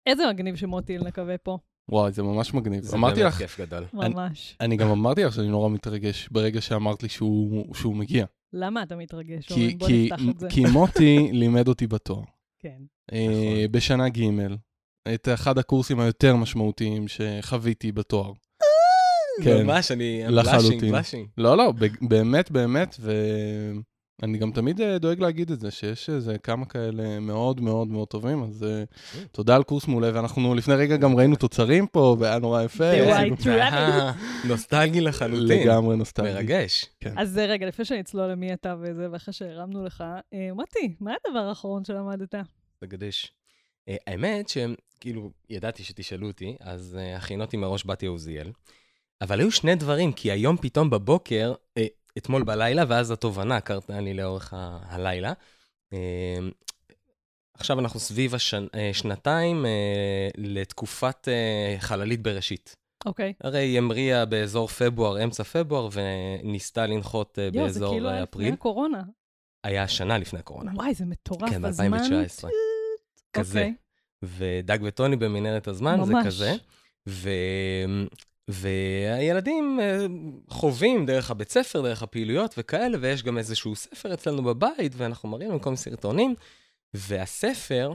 איזה מגניב שמוטי נקווה פה. וואי, זה ממש מגניב. זה אמרתי באמת לך, כיף גדול. ממש. אני גם אמרתי לך שאני נורא מתרגש ברגע שאמרת לי שהוא מגיע. למה אתה מתרגש? אורן? בוא נפתח את זה. כי מוטי לימד אותי בתואר. כן. בשנה ג' את אחד הקורסים היותר משמעותיים שחוויתי בתואר. כן, ממש, אני לחלוטין. בלאשינג. לא, באמת, באמת, ואני גם תמיד דואג להגיד את זה, שיש איזה כמה כאלה מאוד מאוד מאוד טובים, אז תודה על קורס מעולה, ואנחנו לפני רגע גם ראינו תוצרים פה, והיה נורא יפה. The White Rabbit. נוסטלגי לחלוטין. לגמרי נוסטלגי. מרגש. אז רגע, לפני שנצלול למי אתה וזה, ואחרי שהרמנו לך, מוטי, מה הדבר האחרון שלמדת? תקדש. האמת שכאילו ידעתי שתשאלו אותי, אז הכינותי מראש באתי עוזיאל. אבל היו שני דברים, כי היום פתאום בבוקר, אתמול בלילה, ואז התובנה קרתה לי לאורך הלילה. עכשיו אנחנו סביב שנתיים לתקופת חללית בראשית. אוקיי. הרי היא המריאה באזור פברואר, אמצע פברואר, וניסתה לנחות באזור אפריל. זה כאילו היה לפני הקורונה. היה שנה לפני הקורונה. וואי, זה מטורף. כן, ב-2019. כזה. ודג וטוני במנהרת הזמן, זה כזה. והילדים חווים דרך הבית ספר, דרך הפעילויות וכאלה, ויש גם איזשהו ספר אצלנו בבית, ואנחנו מראים להם כל מיני סרטונים, והספר,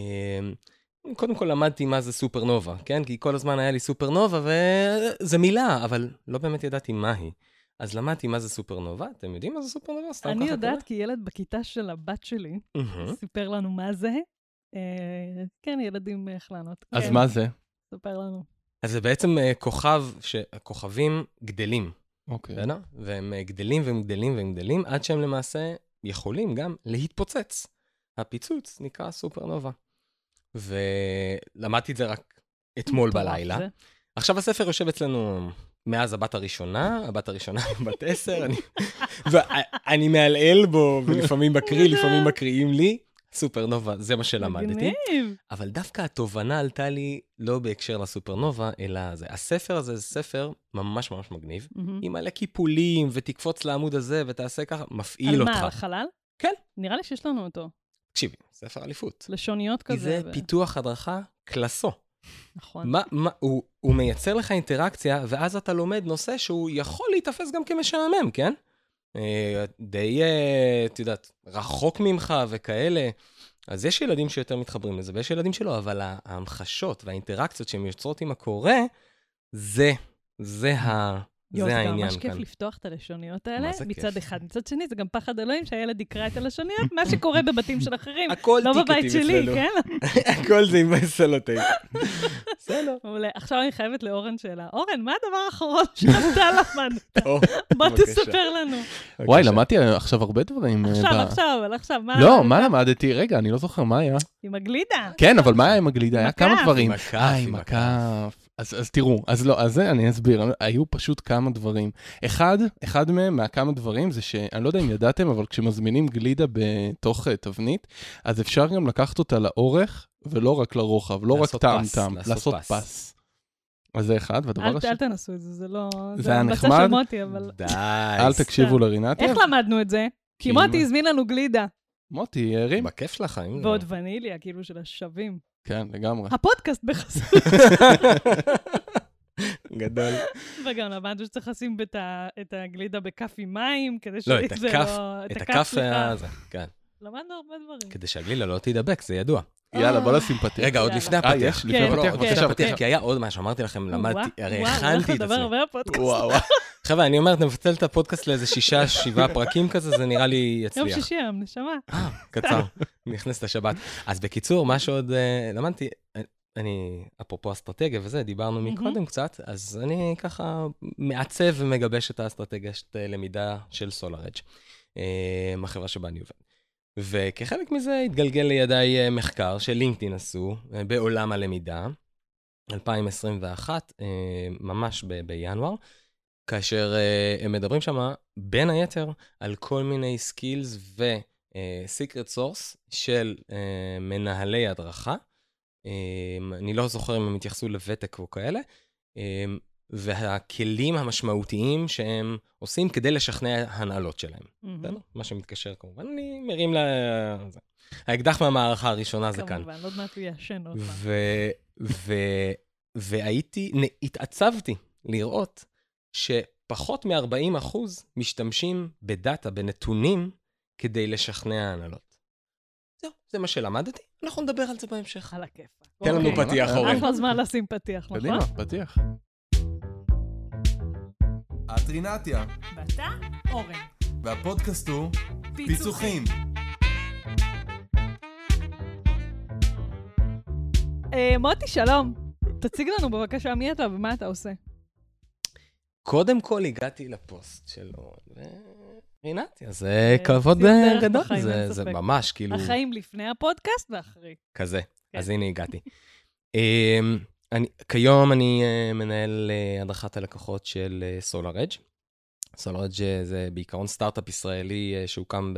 קודם כל למדתי מה זה סופרנובה, כן? כי כל הזמן היה לי סופרנובה, וזה מילה, אבל לא באמת ידעתי מה היא. אז למדתי מה זה סופרנובה, אתם יודעים מה זה סופרנובה? אני יודעת כי ילד בכיתה של הבת שלי, סיפר לנו מה זה. כן, ילדים איך לענות. אז מה זה? ספר לנו. אז זה בעצם כוכב, שהכוכבים גדלים. אוקיי. והם גדלים וגדלים וגדלים, עד שהם למעשה יכולים גם להתפוצץ. הפיצוץ נקרא סופרנובה. ולמדתי את זה רק אתמול בלילה. עכשיו הספר יושב אצלנו מאז הבת הראשונה בת 10, ואני מעלעל בו, ולפעמים בקריא, לפעמים מקריאים לי. סופרנובה, זה מה שלמדתי. מגניב. אבל דווקא התובנה עלתה לי לא בהקשר לסופרנובה, אלא זה. הספר הזה זה ספר ממש ממש מגניב, עם מלא קיפולים, ותקפוץ לעמוד הזה, ותעשה ככה, מפעיל אותך. על מה, על החלל? כן. נראה לי שיש לנו אותו. תקשיבי, ספר אליפות. לשוניות כזה. כי זה פיתוח הדרכה קלאסו. נכון. הוא מייצר לך אינטראקציה, ואז אתה לומד נושא שהוא יכול להתאפס גם כמשעמם, כן? די, את יודעת, רחוק ממך וכאלה. אז יש ילדים שיותר מתחברים לזה, ויש ילדים שלא, אבל ההמחשות והאינטראקציות שהן יוצרות עם הקורא, זה העניין כאן. זה ממש כיף לפתוח את הלשוניות האלה, מצד אחד. מצד שני, זה גם פחד אלוהים שהילד יקרא את הלשוניות, מה שקורה בבתים של אחרים. לא בבית שלי, כן? הכל זה עם סלוטייפ. בסדר. מעולה. עכשיו אני חייבת לאורן שאלה. אורן, מה הדבר האחרון שאתה למדת? בוא תספר לנו. וואי, למדתי עכשיו הרבה דברים. עכשיו, מה? לא, מה למדתי? רגע, אני לא זוכר מה היה. עם הגלידה. כן, אבל מה היה עם הגלידה? היה כמה דברים. עם הכף. אז תראו, אז זה אני אסביר, היו פשוט כמה דברים. אחד מהם, מהכמה דברים, זה שאני לא יודע אם ידעתם, אבל כשמזמינים גלידה בתוך תבנית, אז אפשר גם לקחת אותה לאורך, ולא רק לרוחב, לא רק טעם, לעשות פס. אז זה אחד, והדבר השני... אל תנסו את זה, זה לא... זה היה נחמד. די. אל תקשיבו לרינתי. איך למדנו את זה? כי מוטי הזמין לנו גלידה. מוטי, הרים. בכיף שלך, אם לא. ועוד וניליה, כאילו של השווים. כן, לגמרי. הפודקאסט בחסות. גדול. וגם למדנו שצריך לשים את הגלידה בכף עם מים, כדי לא, שזה לא... את הכף הזה, כן. למדנו הרבה דברים. כדי שהגלידה לא תידבק, זה ידוע. יאללה, בוא נשים פתיח. רגע, עוד לפני הפתיח. לפני הפתיח, כי היה עוד משהו, אמרתי לכם, למדתי, הרי הכנתי את עצמי. וואו. חבר'ה, אני אומרת, נפצל את הפודקאסט לאיזה 6-7 פרקים כזה, זה נראה לי יצליח. יום שישי היום, נשמה. קצר, נכנס לשבת. אז בקיצור, מה שעוד למדתי, אני, אפרופו אסטרטגיה וזה, דיברנו מקודם קצת, אז אני ככה מעצב ומגבש את האסטרטגיה של למידה של SolarEdge, החברה שבה אני עובד. וכחלק מזה התגלגל לידיי מחקר שלינקדאין עשו בעולם הלמידה, 2021, ממש בינואר, כאשר הם מדברים שם בין היתר על כל מיני סקילס וסיקרט סורס של מנהלי הדרכה. אני לא זוכר אם הם התייחסו לוותק או כאלה, והכלים המשמעותיים שהם עושים כדי לשכנע הנהלות שלהם. מה שמתקשר כמובן, אני מרים לזה. האקדח מהמערכה הראשונה זה כאן. כמובן, לא מעט הוא ישן אותה. התעצבתי לראות שפחות מ-40% משתמשים בדאטה, בנתונים, כדי לשכנע הנהלות. זהו, זה מה שלמדתי, אנחנו נדבר על זה בהמשך. על הכיף. תן לנו פתיח, אורן. אחלה זמן לשים פתיח, נכון? קדימה, פתיח. את רינתיה. ואתה, אורן. והפודקאסט הוא פיצוחים. מוטי, שלום. תציג לנו בבקשה מי אתה ומה אתה עושה. קודם כל הגעתי לפוסט שלו, ורינתיה, זה כבוד גדול, זה ממש כאילו... החיים לפני הפודקאסט ואחרי. כזה, אז הנה הגעתי. כיום אני מנהל הדרכת הלקוחות של SolarEdge. SolarEdge זה בעיקרון סטארט-אפ ישראלי שהוקם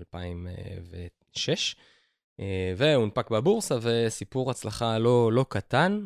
ב-2006, והונפק בבורסה, וסיפור הצלחה לא קטן,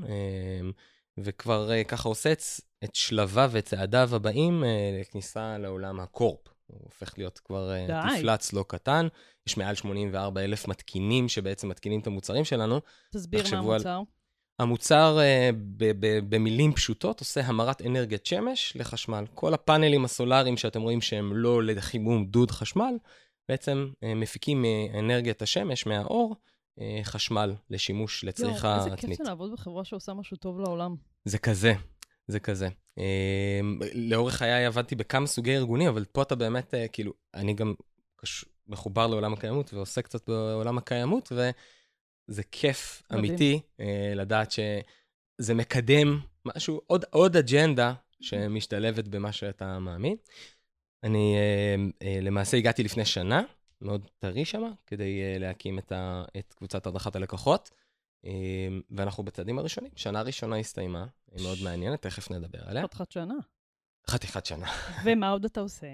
וכבר ככה עושה את שלביו וצעדיו הבאים לכניסה לעולם הקורפ. הוא הופך להיות כבר תפלץ לא קטן. יש מעל 84,000 מתקינים שבעצם מתקינים את המוצרים שלנו. תסביר מה המוצר. המוצר במילים פשוטות עושה המרת אנרגיית שמש לחשמל. כל הפאנלים הסולאריים שאתם רואים שהם לא לחימום דוד חשמל, בעצם מפיקים מאנרגיית השמש, מהאור, חשמל לשימוש לצריכה עצמית. איזה כיף של לעבוד בחברה שעושה משהו טוב לעולם. זה כזה. לאורך חיי עבדתי בכמה סוגי ארגונים, אבל פה אתה באמת, כאילו, אני גם מחובר לעולם הקיימות, ועושה קצת בעולם הקיימות, וזה כיף אמיתי לדעת שזה מקדם משהו, עוד אג'נדה שמשתלבת במה שאתה מאמין. אני למעשה הגעתי לפני שנה, מאוד טרי שמה, כדי להקים את קבוצת הדרכת הלקוחות, ואנחנו בצעדים הראשונים. שנה ראשונה הסתיימה, היא מאוד מעניינת, תכף נדבר עליה. חתיכת שנה. ומה עוד אתה עושה?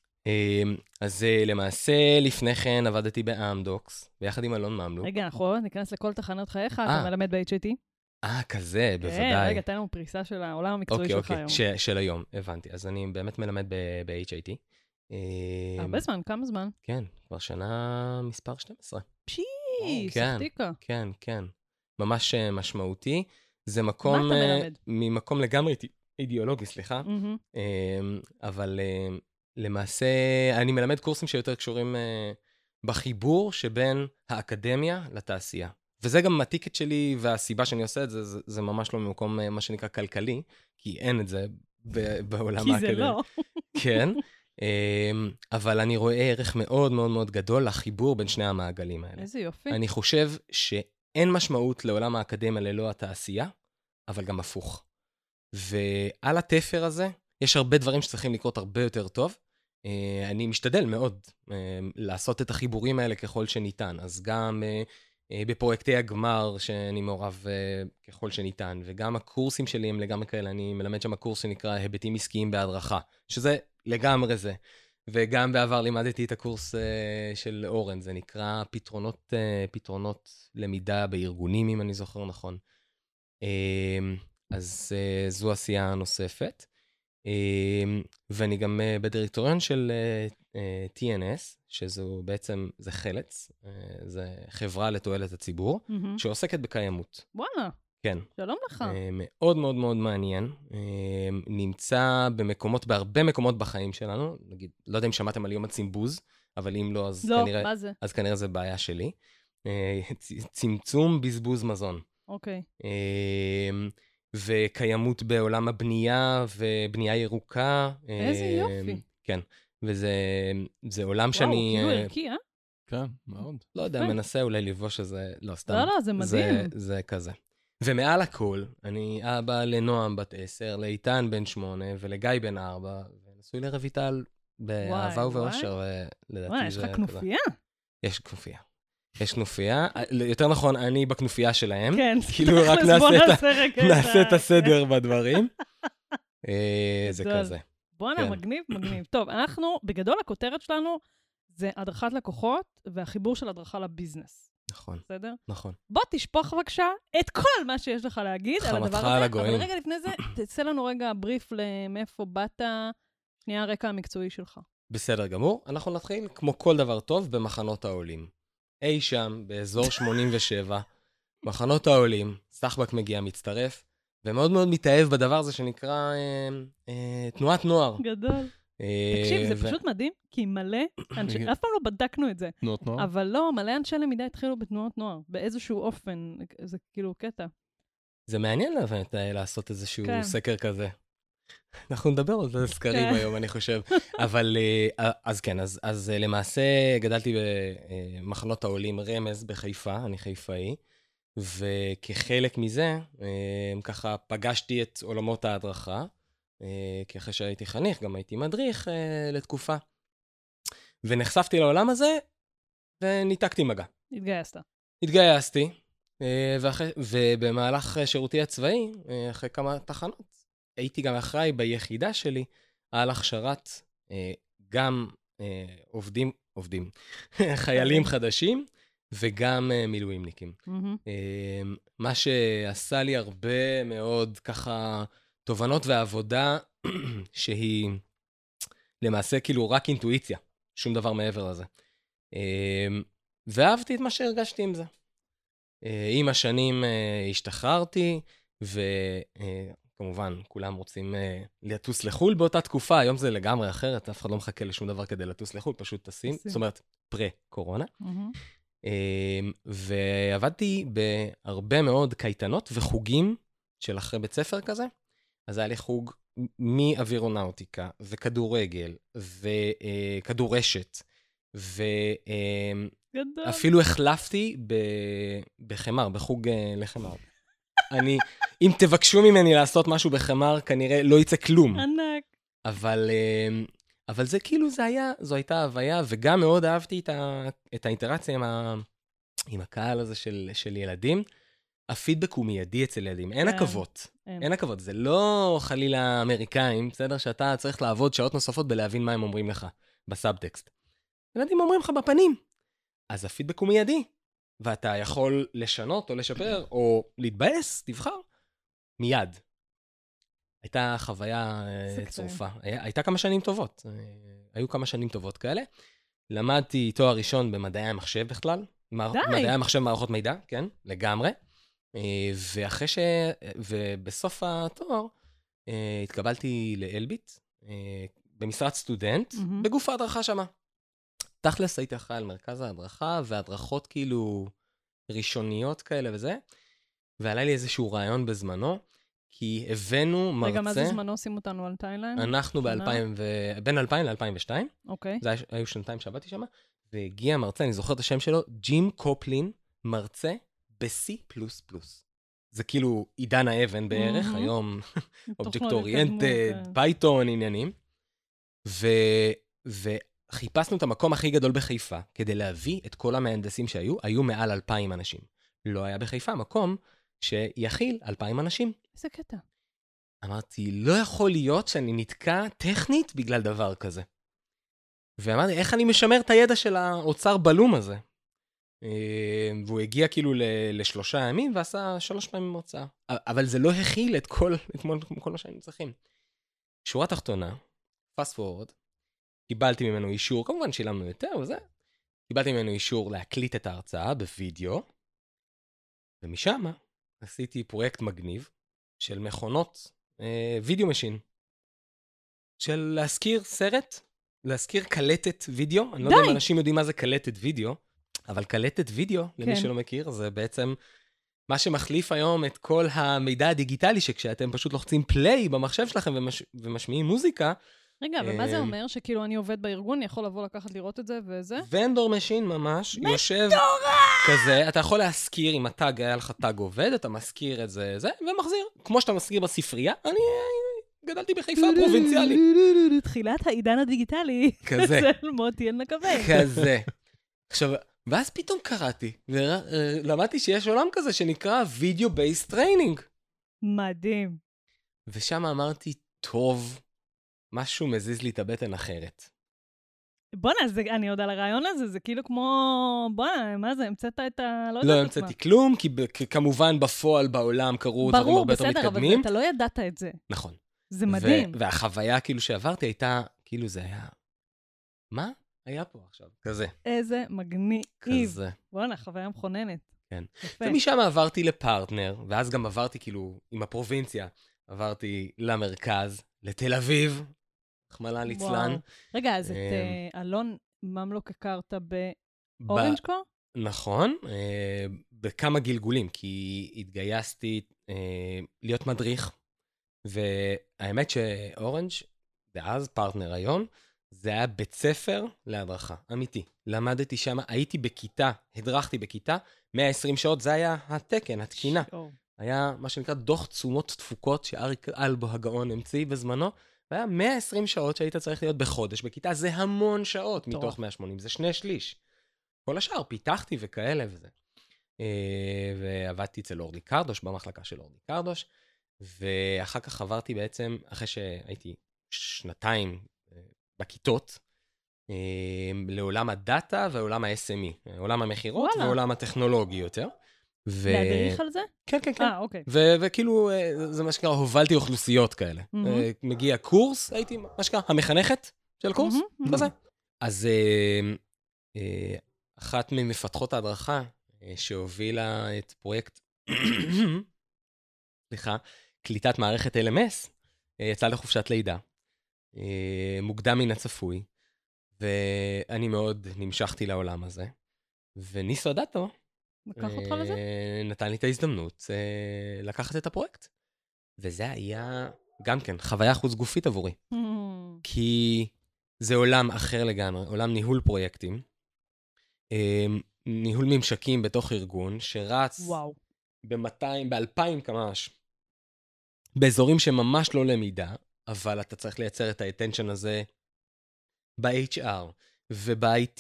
אז למעשה לפני כן עבדתי באמדוקס, ביחד עם אלון ממלוק. רגע, אנחנו ניכנס לכל תחנות חייך, אתה מלמד ב-HIT? כזה, בוודאי. רגע, תן לנו פריסה של העולם המקצועי שלך היום. אוקיי, של היום, הבנתי. אז אני באמת מלמד ב-HIT. הרבה זמן, כמה זמן? כן, כבר שנה מספר 12. סחטיקה. כן. ממש משמעותי. זה מקום... מה אתה מלמד? ממקום לגמרי אידיאולוגי, סליחה. אבל למעשה, אני מלמד קורסים שיותר קשורים בחיבור שבין האקדמיה לתעשייה. וזה גם הטיקט שלי, והסיבה שאני עושה את זה, זה ממש לא ממקום מה שנקרא כלכלי, כי אין את זה בעולם האקדמי. כי זה לא. כן. אבל אני רואה ערך מאוד מאוד מאוד גדול לחיבור בין שני המעגלים האלה. איזה יופי. אני חושב שאין משמעות לעולם האקדמיה ללא התעשייה, אבל גם הפוך. ועל התפר הזה, יש הרבה דברים שצריכים לקרות הרבה יותר טוב. אני משתדל מאוד לעשות את החיבורים האלה ככל שניתן. אז גם בפרויקטי הגמר שאני מעורב ככל שניתן, וגם הקורסים שלי הם לגמרי כאלה. אני מלמד שם הקורס שנקרא היבטים עסקיים בהדרכה, שזה לגמרי זה. וגם בעבר לימדתי את הקורס של אורן, זה נקרא פתרונות למידה בארגונים, אם אני זוכר נכון. אז זו עשייה נוספת. ואני גם בדירקטוריון של TNS, שזו בעצם, זה חלץ, זה חברה לתועלת הציבור, שעוסקת בקיימות. וואלה. כן. שלום לך. מאוד מאוד מאוד מעניין. נמצא בהרבה מקומות בחיים שלנו. נגיד, לא יודע אם שמעתם על יום הצימבוז, אבל אם לא, אז כנראה זה בעיה שלי. צמצום בזבוז מזון. אוקיי. וקיימות בעולם הבנייה, ובנייה ירוקה. איזה יופי. כן. וזה עולם שאני... וואו, כאילו ערכי, אה? כן, מאוד. לא יודע, מנסה אולי לבוש איזה... לא, סתם. לא, זה מדהים. זה כזה. ומעל הכל, אני אבא לנועם בת 10, לאיתן בן 8, ולגיא בן 4, ונשוי לרויטל באהבה ובאושר, ולדעתי זה... וואי, יש לך כנופיה? יש כנופיה. יותר נכון, אני בכנופיה שלהם. כן. כאילו רק נעשה את הסדר בדברים. זה כזה. בוא'נה, מגניב. טוב, אנחנו, בגדול הכותרת שלנו, זה הדרכת לקוחות, והחיבור של הדרכה לביזנס. נכון. בסדר? נכון. בוא תשפוך בבקשה את כל מה שיש לך להגיד על הדבר הזה. אבל רגע לפני זה, תעשה לנו רגע בריף למאיפה באת, שנייה הרקע המקצועי שלך. בסדר גמור. אנחנו נתחיל, כמו כל דבר טוב, במחנות העולים. אי שם, באזור 87, מחנות העולים, סחבק מגיע, מצטרף, ומאוד מאוד מתאהב בדבר הזה שנקרא תנועת נוער. גדול. תקשיב, זה פשוט מדהים, כי מלא, אף פעם לא בדקנו את זה. תנועות נוער? אבל לא, מלא אנשי למידה התחילו בתנועות נוער, באיזשהו אופן, זה כאילו קטע. זה מעניין לעשות איזשהו סקר כזה. אנחנו נדבר על זה סקרים היום, אני חושב. אבל, אז כן, אז למעשה גדלתי במחנות העולים רמז בחיפה, אני חיפאי, וכחלק מזה, ככה פגשתי את עולמות ההדרכה, כי אחרי שהייתי חניך, גם הייתי מדריך לתקופה. ונחשפתי לעולם הזה, וניתקתי מגע. התגייסתי, ובמהלך שירותי הצבאי, אחרי כמה תחנות, הייתי גם אחראי ביחידה שלי על הכשרת גם עובדים, חיילים חדשים, וגם מילואימניקים. מה שעשה לי הרבה מאוד ככה תובנות ועבודה, שהיא למעשה כאילו רק אינטואיציה, שום דבר מעבר לזה. ואהבתי את מה שהרגשתי עם זה. עם השנים השתחררתי, וכמובן כולם רוצים לטוס לחול באותה תקופה, היום זה לגמרי אחרת, אף אחד לא מחכה לשום דבר כדי לטוס לחול, פשוט טסים, זאת אומרת, פרה-קורונה. ועבדתי בהרבה מאוד קייטנות וחוגים של אחרי בית ספר כזה. אז היה לי חוג מאווירונאוטיקה וכדורגל וכדורשת, ואפילו החלפתי בחמר, בחוג לחמר. אם תבקשו ממני לעשות משהו בחמר, כנראה לא יצא כלום. ענק. אבל זה כאילו, זו הייתה הוויה, וגם מאוד אהבתי את האינטראקציה עם הקהל הזה של ילדים. הפידבק הוא מיידי אצל ילדים, אין עקבות. אין עקבות, זה לא חלילה אמריקאים, בסדר? שאתה צריך לעבוד שעות נוספות בלהבין מה הם אומרים לך בסאבטקסט. ילדים אומרים לך בפנים. אז הפידבק הוא מיידי, ואתה יכול לשנות או לשפר, או להתבאס, תבחר, מיד. הייתה חוויה צרופה. הייתה כמה שנים טובות. היו כמה שנים טובות כאלה. למדתי תואר ראשון במדעי המחשב בכלל. מדעי המחשב מערכות מידע, כן, לגמרי. ובסוף התואר התקבלתי לאלביט, במשרת סטודנט, בגוף ההדרכה שמה. תכלס הייתי אחראי על מרכז ההדרכה, והדרכות כאילו ראשוניות כאלה וזה, ועלה לי איזשהו רעיון בזמנו, כי הבאנו מרצה... רגע, מה זה זמנו? שים אותנו על טיילנד? אנחנו בין 2000 ל-2002. אוקיי. זה היו שנתיים שעבדתי שמה, והגיע מרצה, אני זוכר את השם שלו, ג'ים קופלין, מרצה ב-C++. זה כאילו עידן האבן בערך, היום אובייקט אוריינטד, פייתון, עניינים. וחיפשנו את המקום הכי גדול בחיפה, כדי להביא את כל המהנדסים היו מעל 2,000 אנשים. לא היה בחיפה מקום שיכיל 2,000 אנשים. איזה קטע. אמרתי, לא יכול להיות שאני נתקע טכנית בגלל דבר כזה. ואמרתי, איך אני משמר את הידע של האוצר בלום הזה? והוא הגיע כאילו ל3 ימים, ועשה 3 פעמים מרצאה. אבל זה לא הכיל את כל מה שהיינו צריכים. שורה תחתונה, fast forward, קיבלתי ממנו אישור, כמובן שילמנו יותר וזה, קיבלתי ממנו אישור להקליט את ההרצאה בווידאו, ומשם עשיתי פרויקט מגניב של מכונות וידאו משין, של להזכיר סרט, להזכיר קלטת וידאו. אני לא יודע אם אנשים יודעים מה זה קלטת וידאו, אבל קלטת וידאו, למי שלא מכיר, זה בעצם מה שמחליף היום את כל המידע הדיגיטלי, שכשאתם פשוט לוחצים פליי במחשב שלכם ומשמיעים מוזיקה. רגע, ומה זה אומר? שכאילו אני עובד בארגון, אני יכול לבוא לקחת לראות את זה וזה? ונדור משין ממש, יושב כזה, אתה יכול להזכיר, אם הטאג היה לך טאג עובד, אתה מזכיר את זה, ומחזיר. כמו שאתה מזכיר בספרייה, אני גדלתי בחיפה פרובינציאלי. תחילת העידן הדיגיטלי. כזה. של מוטי אין לקבל. כזה. עכשיו, ואז פתאום קראתי, ולמדתי שיש עולם כזה שנקרא Video-Based Training. מדהים. ושם אמרתי, טוב, משהו מזיז לי את הבטן אחרת. בונה, אני עוד על הרעיון הזה, זה כאילו כמו, בונה, מה זה, המצאת את ה... לא המצאתי כלום, כי כמובן בפועל בעולם קרו דברים הרבה יותר מתקדמים. ברור, בסדר, אבל אתה לא ידעת את זה. נכון. זה מדהים. והחוויה כאילו שעברתי הייתה, כאילו זה היה, מה? היה פה עכשיו, כזה. איזה מגניב. כזה. בוא'נה, חוויה מכוננת. כן. יפה. ומשם עברתי לפרטנר, ואז גם עברתי כאילו עם הפרובינציה, עברתי למרכז, לתל אביב, חמלה ליצלן. רגע, אז את אלון ממלוק הכרת באורנג' קור? נכון, בכמה גלגולים, כי התגייסתי להיות מדריך, והאמת שאורנג' ואז פרטנר היום, זה היה בית ספר להדרכה, אמיתי. למדתי שם, הייתי בכיתה, הדרכתי בכיתה, 120 שעות, זה היה התקן, התקינה. היה מה שנקרא דוח תשומות תפוקות, שאריק אלבו הגאון המציא בזמנו, והיה 120 שעות שהיית צריך להיות בחודש בכיתה, זה המון שעות מתוך 180, זה 2/3. כל השאר, פיתחתי וכאלה וזה. ועבדתי אצל אורלי קרדוש, במחלקה של אורלי קרדוש, ואחר כך עברתי בעצם, אחרי שהייתי 2 בכיתות, לעולם הדאטה ועולם ה-SME, עולם המחירות ועולם הטכנולוגי יותר. להדריך על זה? כן, כן, כן. אוקיי. וכאילו, זה מה שקרה, הובלתי אוכלוסיות כאלה. מגיע קורס, הייתי, מה שקרה, המחנכת של הקורס, כזה. אז אחת ממפתחות ההדרכה, שהובילה את פרויקט, סליחה, קליטת מערכת LMS, יצאה לחופשת לידה. מוקדם מן הצפוי, ואני מאוד נמשכתי לעולם הזה. וניסו דאטו, לקח אותך לזה? נתן לי את ההזדמנות לקחת את הפרויקט. וזה היה גם כן חוויה חוץ גופית עבורי. כי זה עולם אחר לגמרי, עולם ניהול פרויקטים, ניהול ממשקים בתוך ארגון, שרץ ב-2,000 קמ"ש, באזורים שממש לא למידה, אבל אתה צריך לייצר את האטנשן הזה ב-HR וב-IT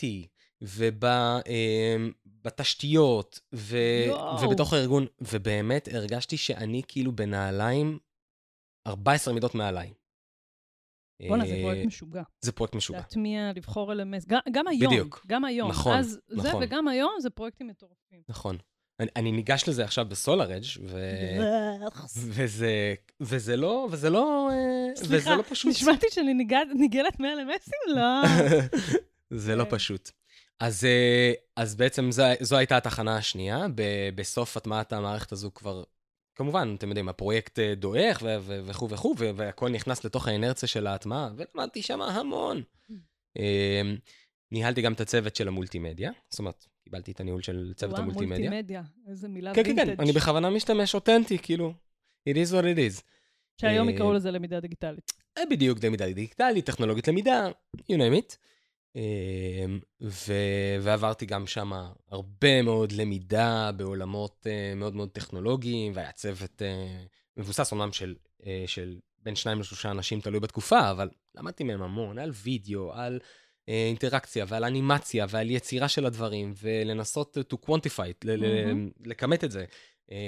ובתשתיות ובתוך הארגון, ובאמת הרגשתי שאני כאילו בנעליים 14 מידות מעליי. בוא'נה, זה פרויקט משוגע. זה פרויקט משוגע. להטמיע, לבחור LMS, גם היום. בדיוק. גם היום. נכון, אז זה וגם היום זה פרויקטים מטורפים. נכון. אני ניגש לזה עכשיו בסולארג' וזה לא פשוט. סליחה, נשמעתי שאני ניגלת מ-LMSים? לא. זה לא פשוט. אז בעצם זו הייתה התחנה השנייה. בסוף הטמעת המערכת הזו כבר, כמובן, אתם יודעים, הפרויקט דועך וכו' וכו', והכל נכנס לתוך האנרציה של ההטמעה, ולמדתי שם המון. ניהלתי גם את הצוות של המולטימדיה, זאת אומרת, קיבלתי את הניהול של צוות המולטימדיה. מולטימדיה, איזה מילה וינטג'. כן, אני בכוונה משתמש אותנטי, כאילו, it is what it is. שהיום יקראו לזה למידה דיגיטלית. בדיוק, למידה דיגיטלית, טכנולוגית למידה, you name it. ועברתי גם שם הרבה מאוד למידה בעולמות מאוד מאוד טכנולוגיים, והיה צוות מבוסס אומנם של בין 2-3 אנשים, תלוי בתקופה, אבל למדתי מהם המון, על וידאו, על אינטראקציה ועל אנימציה ועל יצירה של הדברים, ולנסות to quantify it, לכמת את זה.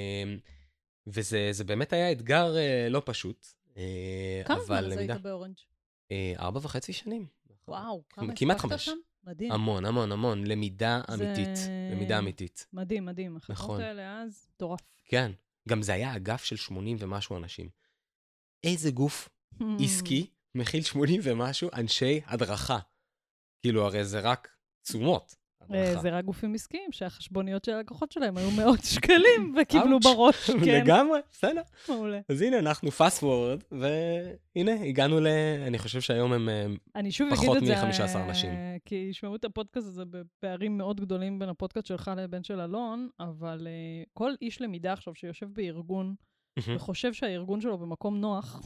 וזה באמת היה אתגר לא פשוט. כמה זמן אז היית באורנג'? 4.5 שנים. וואו, כמה כמעט הספקת 5. שם? מדהים. המון, המון, המון. למידה אמיתית. למידה אמיתית. מדהים, מדהים. החברות האלה אז, מטורף. כן. גם זה היה אגף של 80 ומשהו אנשים. איזה גוף עסקי מכיל 80 ומשהו אנשי הדרכה. כאילו, הרי זה רק תשומות. זה רק גופים עסקיים, שהחשבוניות של הלקוחות שלהם היו מאות שקלים, וקיבלו בראש, כן. לגמרי, בסדר. מעולה. אז הנה, אנחנו fast forward, והנה, הגענו אני חושב שהיום הם פחות מ-15 אנשים. כי ישמעו את הפודקאסט הזה בפערים מאוד גדולים בין הפודקאסט שלך לבין של אלון, אבל כל איש למידה עכשיו שיושב בארגון, וחושב שהארגון שלו במקום נוח,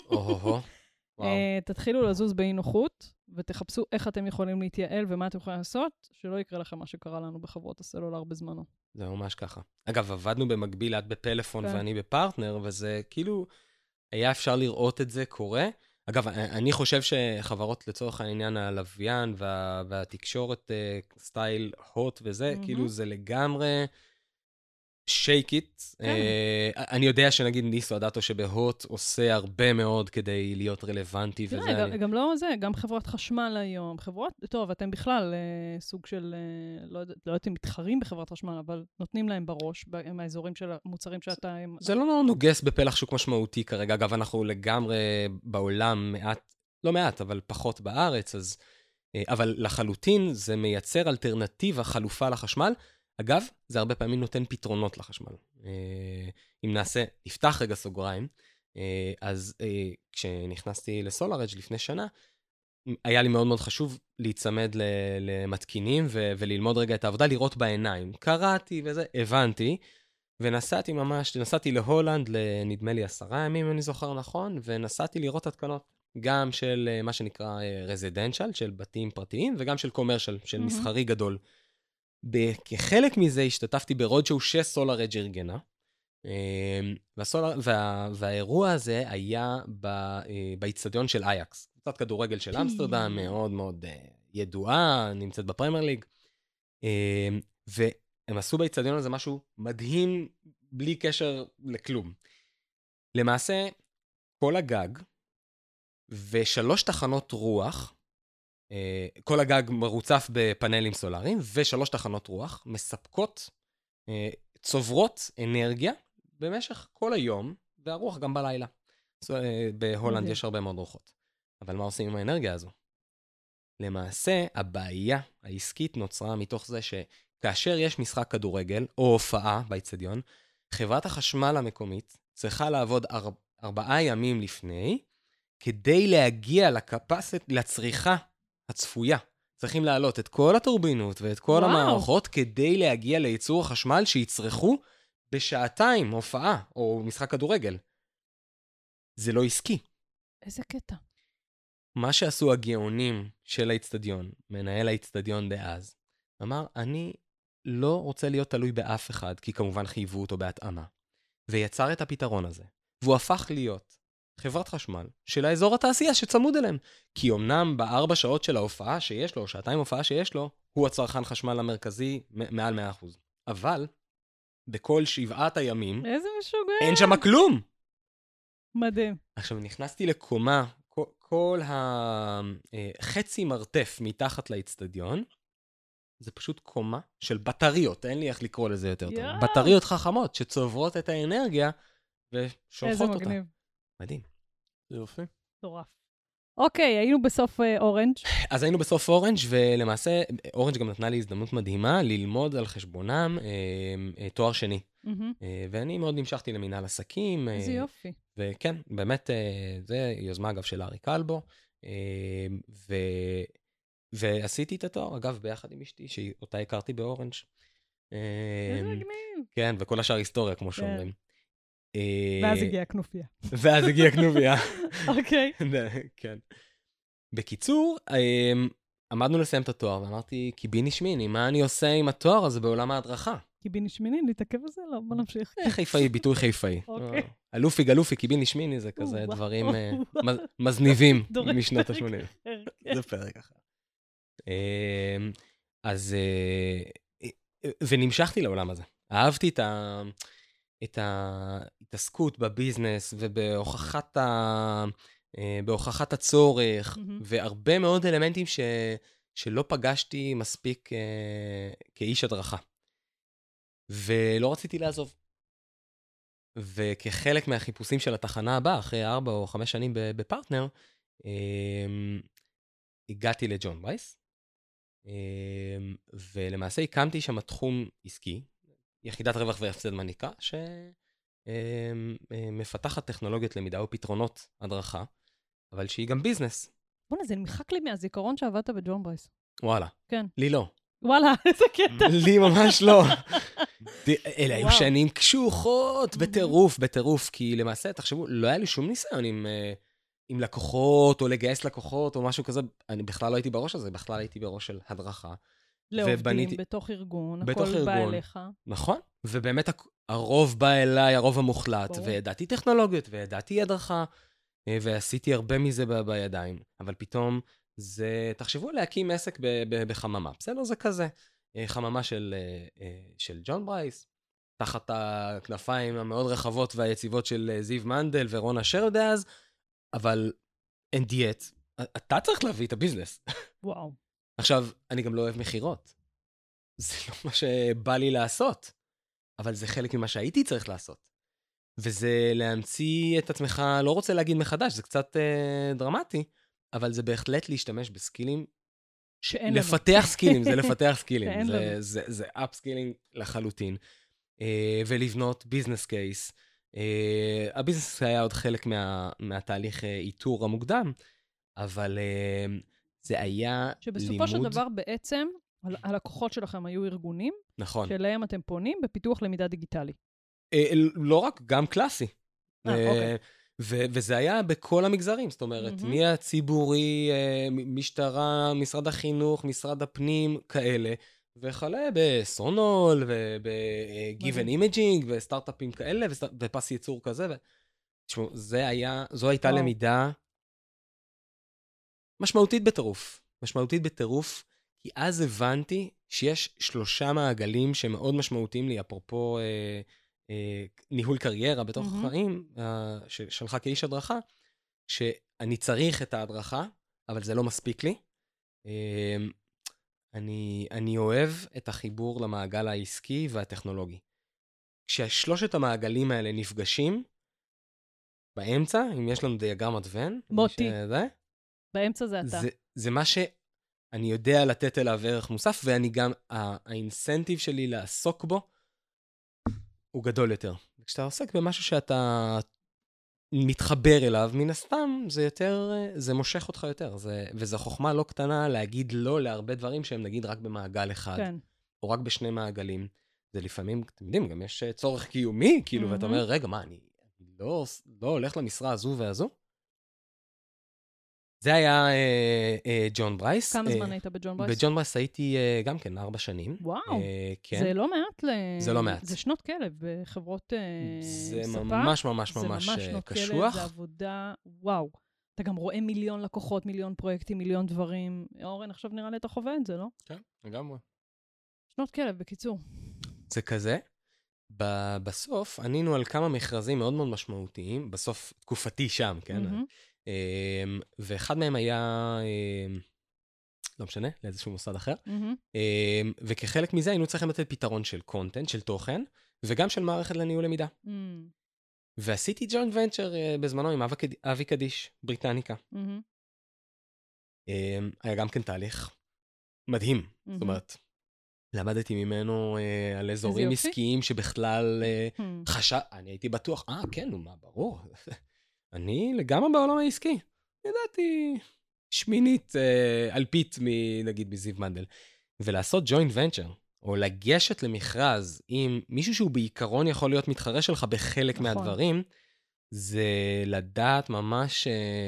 תתחילו לזוז באי נוחות, ותחפשו איך אתם יכולים להתייעל ומה אתם יכולים לעשות, שלא יקרה לכם מה שקרה לנו בחברות הסלולר בזמנו. זה ממש ככה. אגב, עבדנו במקביל, את בפלאפון ואני בפרטנר, וזה כאילו, היה אפשר לראות את זה קורה. אגב, אני חושב שחברות לצורך העניין הלוויין והתקשורת סטייל הוט וזה, כאילו זה לגמרי shake it. אני יודע שנגיד ניסו דאטו שבהוט עושה הרבה מאוד כדי להיות רלוונטי וזה. גם לא זה, גם חברת חשמל היום. חברות, טוב, אתם בכלל סוג של, לא יודעת אם מתחרים בחברת חשמל, אבל נותנים להם בראש, מהאזורים של המוצרים שאתה... זה לא נוגס בפלח שוק משמעותי כרגע. אגב, אנחנו לגמרי בעולם מעט, לא מעט, אבל פחות בארץ, אז אבל לחלוטין זה מייצר אלטרנטיבה, חלופה לחשמל. אגב, זה הרבה פעמים נותן פתרונות לחשמל. אם נפתח רגע סוגריים, אז כשנכנסתי לסולארג' לפני שנה, היה לי מאוד מאוד חשוב להיצמד למתקינים וללמוד רגע את העבודה, לראות בעיניים. קראתי וזה, הבנתי, ונסעתי להולנד, נדמה לי 10 ימים, אם אני זוכר נכון, ונסעתי לראות התקנות, גם של מה שנקרא רזידנשל, של בתים פרטיים, וגם של קומרשל, של מסחרי גדול. כחלק מזה השתתפתי ברודשו שסולארג' ארגנה, והאירוע הזה היה באצטדיון של אייקס, קבוצת כדורגל של אמסטרדם, מאוד מאוד ידועה, נמצאת בפרמייר ליג, והם עשו באצטדיון הזה משהו מדהים, בלי קשר לכלום. למעשה, כל הגג ו3 תחנות רוח, כל הגג מרוצף בפאנלים סולאריים, ו3 תחנות רוח מספקות, צוברות אנרגיה במשך כל היום, והרוח גם בלילה. בהולנד יש הרבה מאוד רוחות. אבל מה עושים עם האנרגיה הזו? למעשה, הבעיה העסקית נוצרה מתוך זה שכאשר יש משחק כדורגל או הופעה באצטדיון, חברת החשמל המקומית צריכה לעבוד 4 ימים לפני, כדי להגיע לצריכה הצפויה. צריכים להעלות את כל הטורבינות ואת כל המערכות, כדי להגיע לייצור החשמל שיצרכו בשעתיים הופעה או משחק כדורגל. זה לא עסקי. איזה קטע. מה שעשו הגאונים של האצטדיון, מנהל האצטדיון דאז, אמר, אני לא רוצה להיות תלוי באף אחד, כי כמובן חייבו אותו בהתאמה. ויצר את הפתרון הזה. והוא הפך להיות חברת חשמל של האזור התעשייה שצמוד אליהם. כי אמנם ב4 שעות של ההופעה שיש לו, 2 הופעה שיש לו, הוא הצרכן חשמל המרכזי מעל 100%. אבל בכל 7 הימים, איזה משוגע. אין שם כלום. מדהים. עכשיו, נכנסתי לקומה, כל החצי מרתף מתחת לאצטדיון, זה פשוט קומה של בטריות, אין לי איך לקרוא לזה יותר טוב. בטריות חכמות שצוברות את האנרגיה ושולחות אותה. איזה מגניב. מדהים. זה יופי. טורף. אוקיי, היינו בסוף אורנג'. אז היינו בסוף אורנג', ולמעשה אורנג' גם נתנה לי הזדמנות מדהימה ללמוד על חשבונם תואר שני. ואני מאוד נמשכתי למינהל עסקים. איזה יופי. וכן, באמת, זה יוזמה אגב של ארי קלבו, ועשיתי את התואר, אגב, ביחד עם אשתי, שאותה הכרתי באורנג'. איזה מגניב. כן, וכל השאר היסטוריה, כמו שאומרים. ואז הגיעה כנופיה. ואז הגיעה כנופיה. אוקיי. כן. בקיצור, עמדנו לסיים את התואר, ואמרתי, קיביני שמיני, מה אני עושה עם התואר הזה בעולם ההדרכה? קיביני שמיני, נתעכב על זה? לא, בוא נמשיך. חיפאי, ביטוי חיפאי. אוקיי. אלופי גלופי, קיביני שמיני, זה כזה דברים מזניבים משנות ה-80. זה פרק אחר. אז, ונמשכתי לעולם הזה. אהבתי את ההתעסקות בביזנס ובהוכחת הצורך, והרבה מאוד אלמנטים שלא פגשתי מספיק כאיש הדרכה. ולא רציתי לעזוב. וכחלק מהחיפושים של התחנה הבאה, אחרי 4 או 5 שנים בפרטנר, הגעתי לג'ון ברייס, ולמעשה הקמתי שם תחום עסקי, יחידת רווח והפסד מניקה, שמפתחת טכנולוגיות למידה ופתרונות הדרכה, אבל שהיא גם ביזנס. בוא'נה, זה נמחק לי מהזיכרון שעבדת בג'ון ברייס. וואלה. כן. לי לא. וואלה, איזה קטע. לי ממש לא. אלה היו שנים קשוחות, בטירוף, כי למעשה, תחשבו, לא היה לי שום ניסיון עם לקוחות, או לגייס לקוחות, או משהו כזה. אני בכלל לא הייתי בראש הזה, בכלל הייתי בראש של הדרכה. לעובדים בתוך ארגון, הכל בא אליך. נכון, ובאמת הרוב בא אליי, הרוב המוחלט, וידעתי טכנולוגיות, וידעתי הדרכה, ועשיתי הרבה מזה בידיים. אבל פתאום זה, תחשבו להקים עסק בחממה. בסדר, זה כזה. חממה של ג'ון ברייס, תחת הכנפיים המאוד רחבות והיציבות של זיו מנדל ורון אשר דאז, אבל אין דיאט. אתה צריך להביא את הביזנס. וואו. עכשיו, אני גם לא אוהב מחירות. זה לא מה שבא לי לעשות, אבל זה חלק ממה שהייתי צריך לעשות. וזה להמציא את עצמך, לא רוצה להגיד מחדש, זה קצת דרמטי, אבל זה בהחלט להשתמש בסקילים שאין לנו. לפתח סקילים, זה לפתח סקילים. שאין לנו. זה אפסקילינג לחלוטין. ולבנות ביזנס קייס. הביזנס היה עוד חלק מהתהליך איתור המוקדם, אבל זה היה לימוד. שבסופו של דבר בעצם, הלקוחות שלכם היו ארגונים, נכון. שלהם אתם פונים בפיתוח למידה דיגיטלי. לא רק, גם קלאסי. אוקיי. וזה היה בכל המגזרים, זאת אומרת, מהציבורי, משטרה, משרד החינוך, משרד הפנים, כאלה, וכלה בסונול, וב-Given Imaging, וסטארט-אפים כאלה, ופס ייצור כזה. תשמעו, זו הייתה למידה משמעותית בטירוף. משמעותית בטירוף, כי אז הבנתי שיש 3 מעגלים שמאוד משמעותיים לי, אפרופו ניהול קריירה בתוך החיים, שלך כאיש הדרכה, שאני צריך את ההדרכה, אבל זה לא מספיק לי. אני אוהב את החיבור למעגל העסקי והטכנולוגי. כששלושת המעגלים האלה נפגשים, באמצע, אם יש לנו דיאגרמת ון, מוטי, באמצע זה אתה. זה מה שאני יודע לתת אליו ערך מוסף, ואני גם, האינסנטיב שלי לעסוק בו, הוא גדול יותר. כשאתה עוסק במשהו שאתה מתחבר אליו, מן הסתם, זה יותר, זה מושך אותך יותר. וזו חוכמה לא קטנה להגיד לא להרבה דברים שהם נגיד רק במעגל אחד. כן. או רק בשני מעגלים. זה לפעמים, אתם יודעים, גם יש צורך קיומי, כאילו, ואתה אומר, רגע, מה, אני לא הולך למשרה הזו והזו? זה היה ג'ון ברייס. כמה זמן היית בג'ון ברייס? בג'ון ברייס הייתי גם כן 4 שנים. וואו, כן. זה לא מעט. זה לא מעט. זה שנות כלב בחברות זה ספק. ממש ממש ממש זה ממש שנות קשוח. כלב, זה עבודה, וואו. אתה גם רואה 1,000,000 לקוחות, 1,000,000 פרויקטים, 1,000,000 דברים. אורן, עכשיו נראה לי אתה חווה את זה, לא? כן, לגמרי. שנות כלב, בקיצור. זה כזה. בסוף ענינו על כמה מכרזים מאוד מאוד משמעותיים, בסוף תקופתי שם, כן? ואחד מהם היה, לא משנה, לאיזשהו מוסד אחר, וכחלק מזה היינו צריכים לתת פתרון של קונטנט, של תוכן, וגם של מערכת לניהול למידה. ועשיתי ג'וינט ונצ'ר בזמנו עם אבי קדיש, בריטניקה. היה גם כן תהליך מדהים, זאת אומרת, למדתי ממנו על אזורים עסקיים שבכלל אני הייתי בטוח, כן, מה, ברור. אני לגמרי בעולם העסקי. ידעתי שמינית אלפית נגיד בזיו מנדל. ולעשות ג'וינט ונצ'ר, או לגשת למכרז עם מישהו שהוא בעיקרון יכול להיות מתחרה שלך בחלק מהדברים, זה לדעת ממש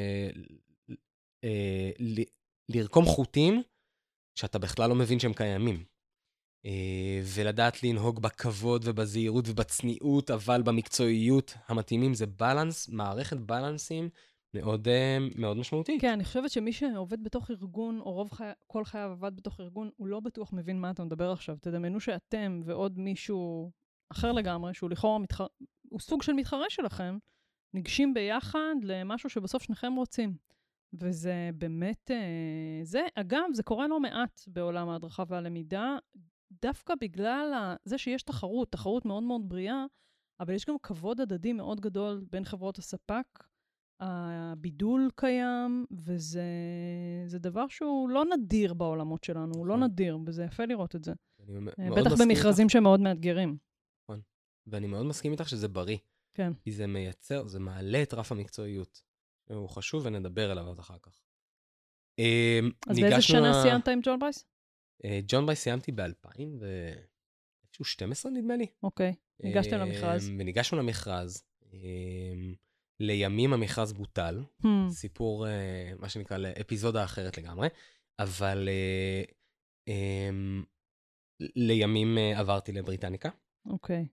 לרקום חוטים שאתה בכלל לא מבין שהם קיימים. ולדעת לנהוג בכבוד ובזהירות ובצניעות, אבל במקצועיות המתאימים זה בלנס, מערכת בלנסים מאוד, מאוד משמעותית. כן, אני חושבת שמי שעובד בתוך ארגון, או כל חייו עבד בתוך ארגון, הוא לא בטוח מבין מה אתה מדבר עכשיו. תדמיינו שאתם ועוד מישהו אחר לגמרי, שהוא לכאורה הוא סוג של מתחרה שלכם, ניגשים ביחד למשהו שבסוף שניכם רוצים. וזה באמת, אגב, זה קורה לא מעט בעולם ההדרכה והלמידה, דווקא בגלל זה שיש תחרות מאוד מאוד בריאה, אבל יש גם כבוד הדדי מאוד גדול בין חברות הספק, הבידול קיים, וזה דבר שהוא לא נדיר בעולמות שלנו, הוא לא נדיר, וזה יפה לראות את זה. בטח במכרזים שמאוד מאתגרים. נכון, ואני מאוד מסכים איתך שזה בריא. כן. כי זה מייצר, זה מעלה את רף המקצועיות. הוא חשוב ונדבר עליו עוד אחר כך. אז באיזה שנה סיימת עם ג'ון ברייס? ג'ון ברייס סיימתי ב-2012 נדמה לי. אוקיי, ניגשתם למכרז. וניגשנו למכרז. לימים המכרז בוטל. סיפור, מה שנקרא, לאפיזודה אחרת לגמרי. אבל לימים עברתי לבריטניקה. אוקיי.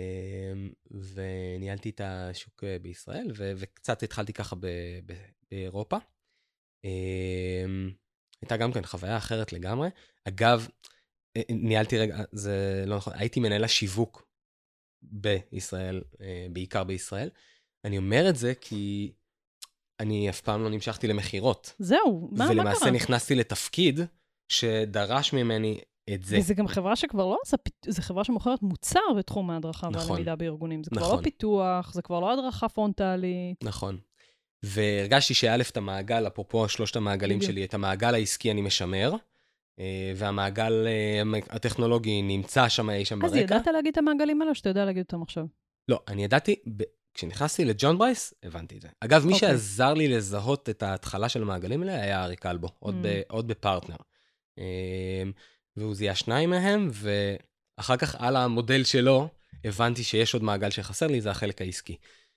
וניהלתי את השוק בישראל, וקצת התחלתי ככה באירופה. הייתה גם כן חוויה אחרת לגמרי. אגב, ניהלתי רגע, זה לא נכון, הייתי מנהל השיווק בישראל, בעיקר בישראל. אני אומר את זה כי אני אף פעם לא נמשכתי למחירות. זהו, מה קרה? ולמעשה נכנסתי לתפקיד שדרש ממני את זה. וזה גם חברה שכבר לא עושה, זה חברה שמוכרת מוצר בתחום ההדרכה והלמידה בארגונים. זה כבר לא פיתוח, זה כבר לא הדרכה פרונטלית. נכון. והרגשתי שא' את המעגל, אפרופו 3 המעגלים שלי, את המעגל העסקי אני משמר, והמעגל הטכנולוגי נמצא שם אי שם ברקע. אז ידעת להגיד את המעגלים האלה, או שאתה יודע להגיד אותם עכשיו? לא, אני ידעתי, כשנכנסתי לג'ון ברייס, הבנתי את זה. אגב, מי שעזר לי לזהות את ההתחלה של המעגלים האלה, היה אריק אלבו, עוד בפרטנר. והוא זיהה 2 מהם, ואחר כך על המודל שלו, הבנתי שיש עוד מעגל שחסר לי, זה החלק העסקי.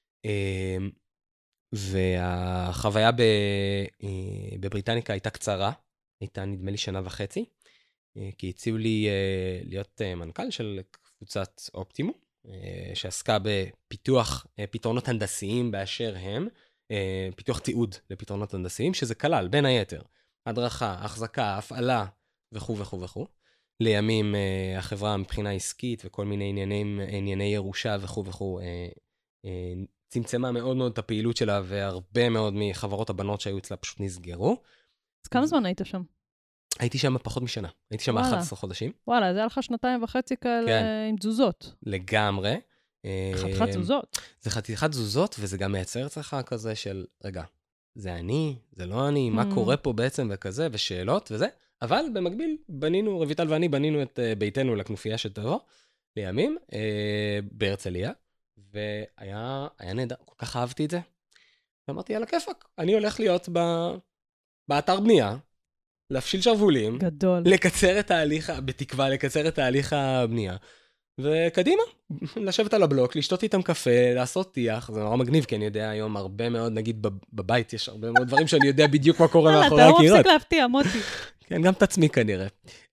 והחוויה בבריטניקה הייתה קצרה, הייתה נדמה לי 1.5 שנה, כי הציעו לי להיות מנכ"ל של קבוצת אופטימו, שעסקה בפיתוח פתרונות הנדסיים באשר הם, פיתוח תיעוד לפתרונות הנדסיים, שזה כלל, בין היתר, הדרכה, החזקה, הפעלה וכו' וכו' וכו'. לימים החברה מבחינה עסקית וכל מיני ענייני ירושה וכו' וכו', צמצמה מאוד מאוד את הפעילות שלה, והרבה מאוד מחברות הבנות שהיו אצלה פשוט נסגרו. אז כמה זמן היית שם? הייתי שם פחות משנה. הייתי שם 11 חודשים. וואלה, זה היה לך 2.5 כאלה עם תזוזות. לגמרי. חתיכת תזוזות. זה חתיכת תזוזות, וזה גם מייצר אצלך כזה של, רגע, זה אני, זה לא אני, מה קורה פה בעצם וכזה, ושאלות וזה. אבל במקביל, רויטל ואני בנינו את ביתנו לכנופיה שתבוא, לימים, בהרצליה, והיה נהדר, כל כך אהבתי את זה. ואמרתי, יאללה, כיפק, אני הולך להיות באתר בנייה, להפשיל שרבולים, גדול. לקצר את תהליך, בתקווה לקצר את תהליך הבנייה, וקדימה, לשבת על הבלוק, לשתות איתם קפה, לעשות טיח, זה נורא מגניב, כי אני יודע היום הרבה מאוד, נגיד בבית יש הרבה מאוד דברים שאני יודע בדיוק מה קורה מאחורי הקירות. אתה לא מפסיק להפתיע, מוטי. כן, גם את עצמי כנראה.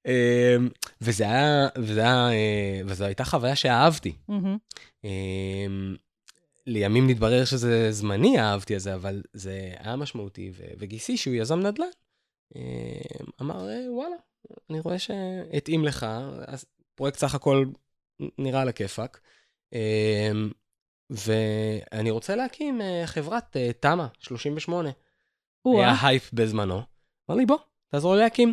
וזו הייתה חוויה שאהבתי. לימים נתברר שזה זמני, אהבתי את זה, אבל זה היה משמעותי, וגיסי שהוא יזם נדל"ן, אמר, וואלה, אני רואה שהתאים לך, אז פרויקט סך הכל נראה לכיפק, ואני רוצה להקים חברת תמה 38. היה הייפ בזמנו. אמר לי, בוא, תעזור לי להקים.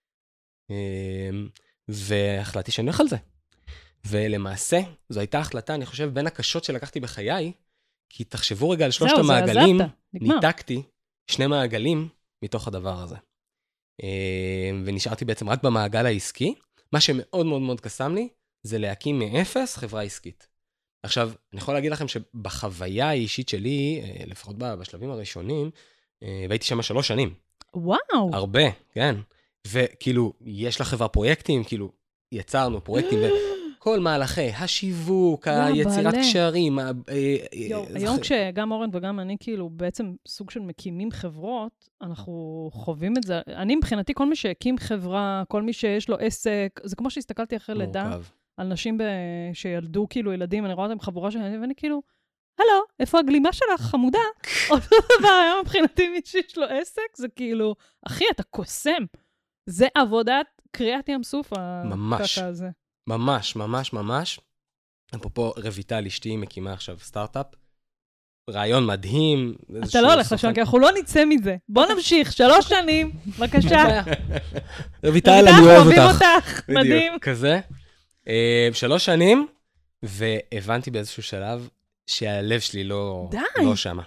והחלטתי שאני הולך על זה. ולמעשה, זו הייתה החלטה, אני חושב, בין הקשות שלקחתי בחיי, כי תחשבו רגע על 3 המעגלים, ניתקתי 2 מעגלים מתוך הדבר הזה. ונשארתי בעצם רק במעגל העסקי. מה שמאוד מאוד מאוד קסם לי, זה להקים מאפס חברה עסקית. עכשיו, אני יכול להגיד לכם שבחוויה האישית שלי, לפחות בשלבים הראשונים, והייתי שם 3 שנים. וואו. הרבה, כן. וכאילו, יש לחברה פרויקטים, כאילו, יצרנו פרויקטים, וכל מהלכי השיווק, היצירת קשרים. היום כשגם אורן וגם אני, כאילו, בעצם סוג של מקימים חברות, אנחנו חווים את זה. אני מבחינתי, כל מי שהקים חברה, כל מי שיש לו עסק, זה כמו שהסתכלתי אחרי לידה, על נשים שילדו כאילו ילדים, אני רואה אותם חבורה של ילדים, ואני כאילו, הלו, איפה הגלימה שלך, חמודה? אותו דבר, היום מבחינתי מי שיש לו עסק, זה כאילו, אחי, אתה קוסם. זה עבודת קריאת ים סוף, הקטע הזה. ממש, ממש, ממש. אפרופו רויטל, אשתי מקימה עכשיו סטארט-אפ. רעיון מדהים. אתה לא הולך לשם, כי אנחנו לא נצא מזה. בוא נמשיך, 3 שנים, בבקשה. רויטל, אני אוהב אותך. מדהים. כזה. 3 שנים, והבנתי באיזשהו שלב שהלב שלי לא שמה.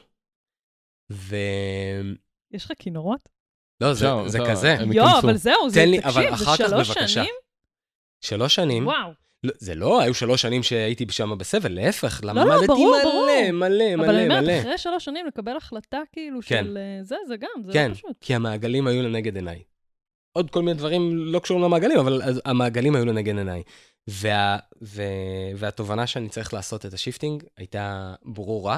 יש לך כינורות? לא, זה כזה. אבל זהו, זה תקשיב, זה 3 שנים? 3 שנים. וואו. זה לא, היו 3 שנים שהייתי שם בסבל, להפך, למדתי מלא, מלא, מלא. אבל אני אומרת, אחרי 3 שנים לקבל החלטה כאילו של זה גם, זה לא פשוט. כי המעגלים היו לנגד עיניי. עוד כל מיני דברים לא קשורים למעגלים, אבל המעגלים היו לנגד עיניי. והתובנה שאני צריך לעשות את השיפטינג הייתה ברורה.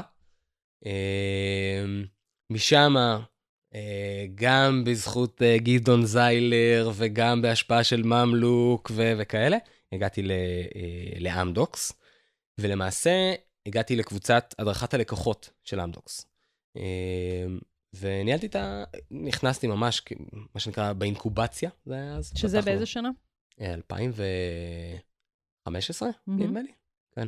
משם, גם בזכות גדעון זיילר, וגם בהשפעה של ממלוק וכאלה, הגעתי לאמדוקס, ולמעשה הגעתי לקבוצת הדרכת הלקוחות של אמדוקס. וניהלתי נכנסתי ממש, מה שנקרא, באינקובציה, זה היה אז. שזה באיזה שנה? 2015, נדמה לי. כן.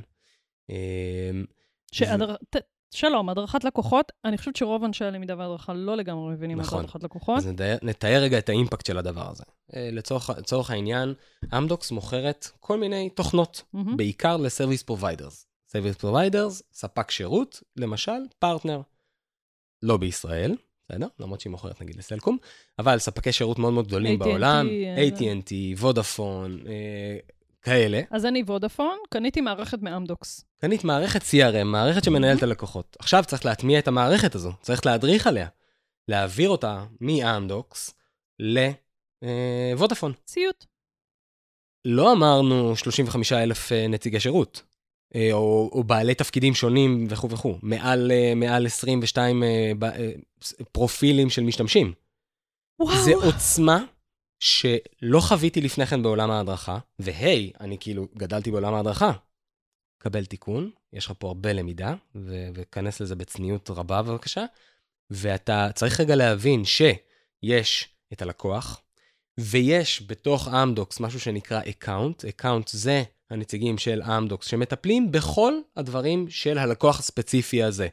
שלום, הדרכת לקוחות, אני חושבת שרוב אנשי הלמידה והדרכה לא לגמרי מבינים מה זה הדרכת לקוחות. אז נתאר רגע את האימפקט של הדבר הזה. לצורך העניין, אמדוקס מוכרת כל מיני תוכנות, בעיקר לסרוויס פרוביידרס. סרוויס פרוביידרס, ספק שירות, למשל, פרטנר. לא בישראל, בסדר? למרות שהיא מוכרת נגיד לסלקום, אבל ספקי שירות מאוד מאוד גדולים בעולם, AT&T, וודאפון, כאלה. אז אני וודאפון, קניתי מערכת מאמדוקס. קנית מערכת CRM, מערכת שמנהלת הלקוחות. עכשיו צריך להטמיע את המערכת הזו, צריך להדריך עליה, להעביר אותה מאמדוקס לוודאפון. ציוט. לא אמרנו 35,000 נציגי שירות, או בעלי תפקידים שונים וכו' וכו', מעל 22 פרופילים של משתמשים. וואו. זה עוצמה שלא חוויתי לפני כן בעולם ההדרכה, והי, אני כאילו גדלתי בעולם ההדרכה. קבל תיקון, יש לך פה הרבה למידה, וכנס לזה בצניעות רבה בבקשה, ואתה צריך רגע להבין שיש את הלקוח, ויש בתוך אמדוקס משהו שנקרא אקאונט. אקאונט זה הנציגים של אמדוקס שמטפלים בכל הדברים של הלקוח הספציפי הזה.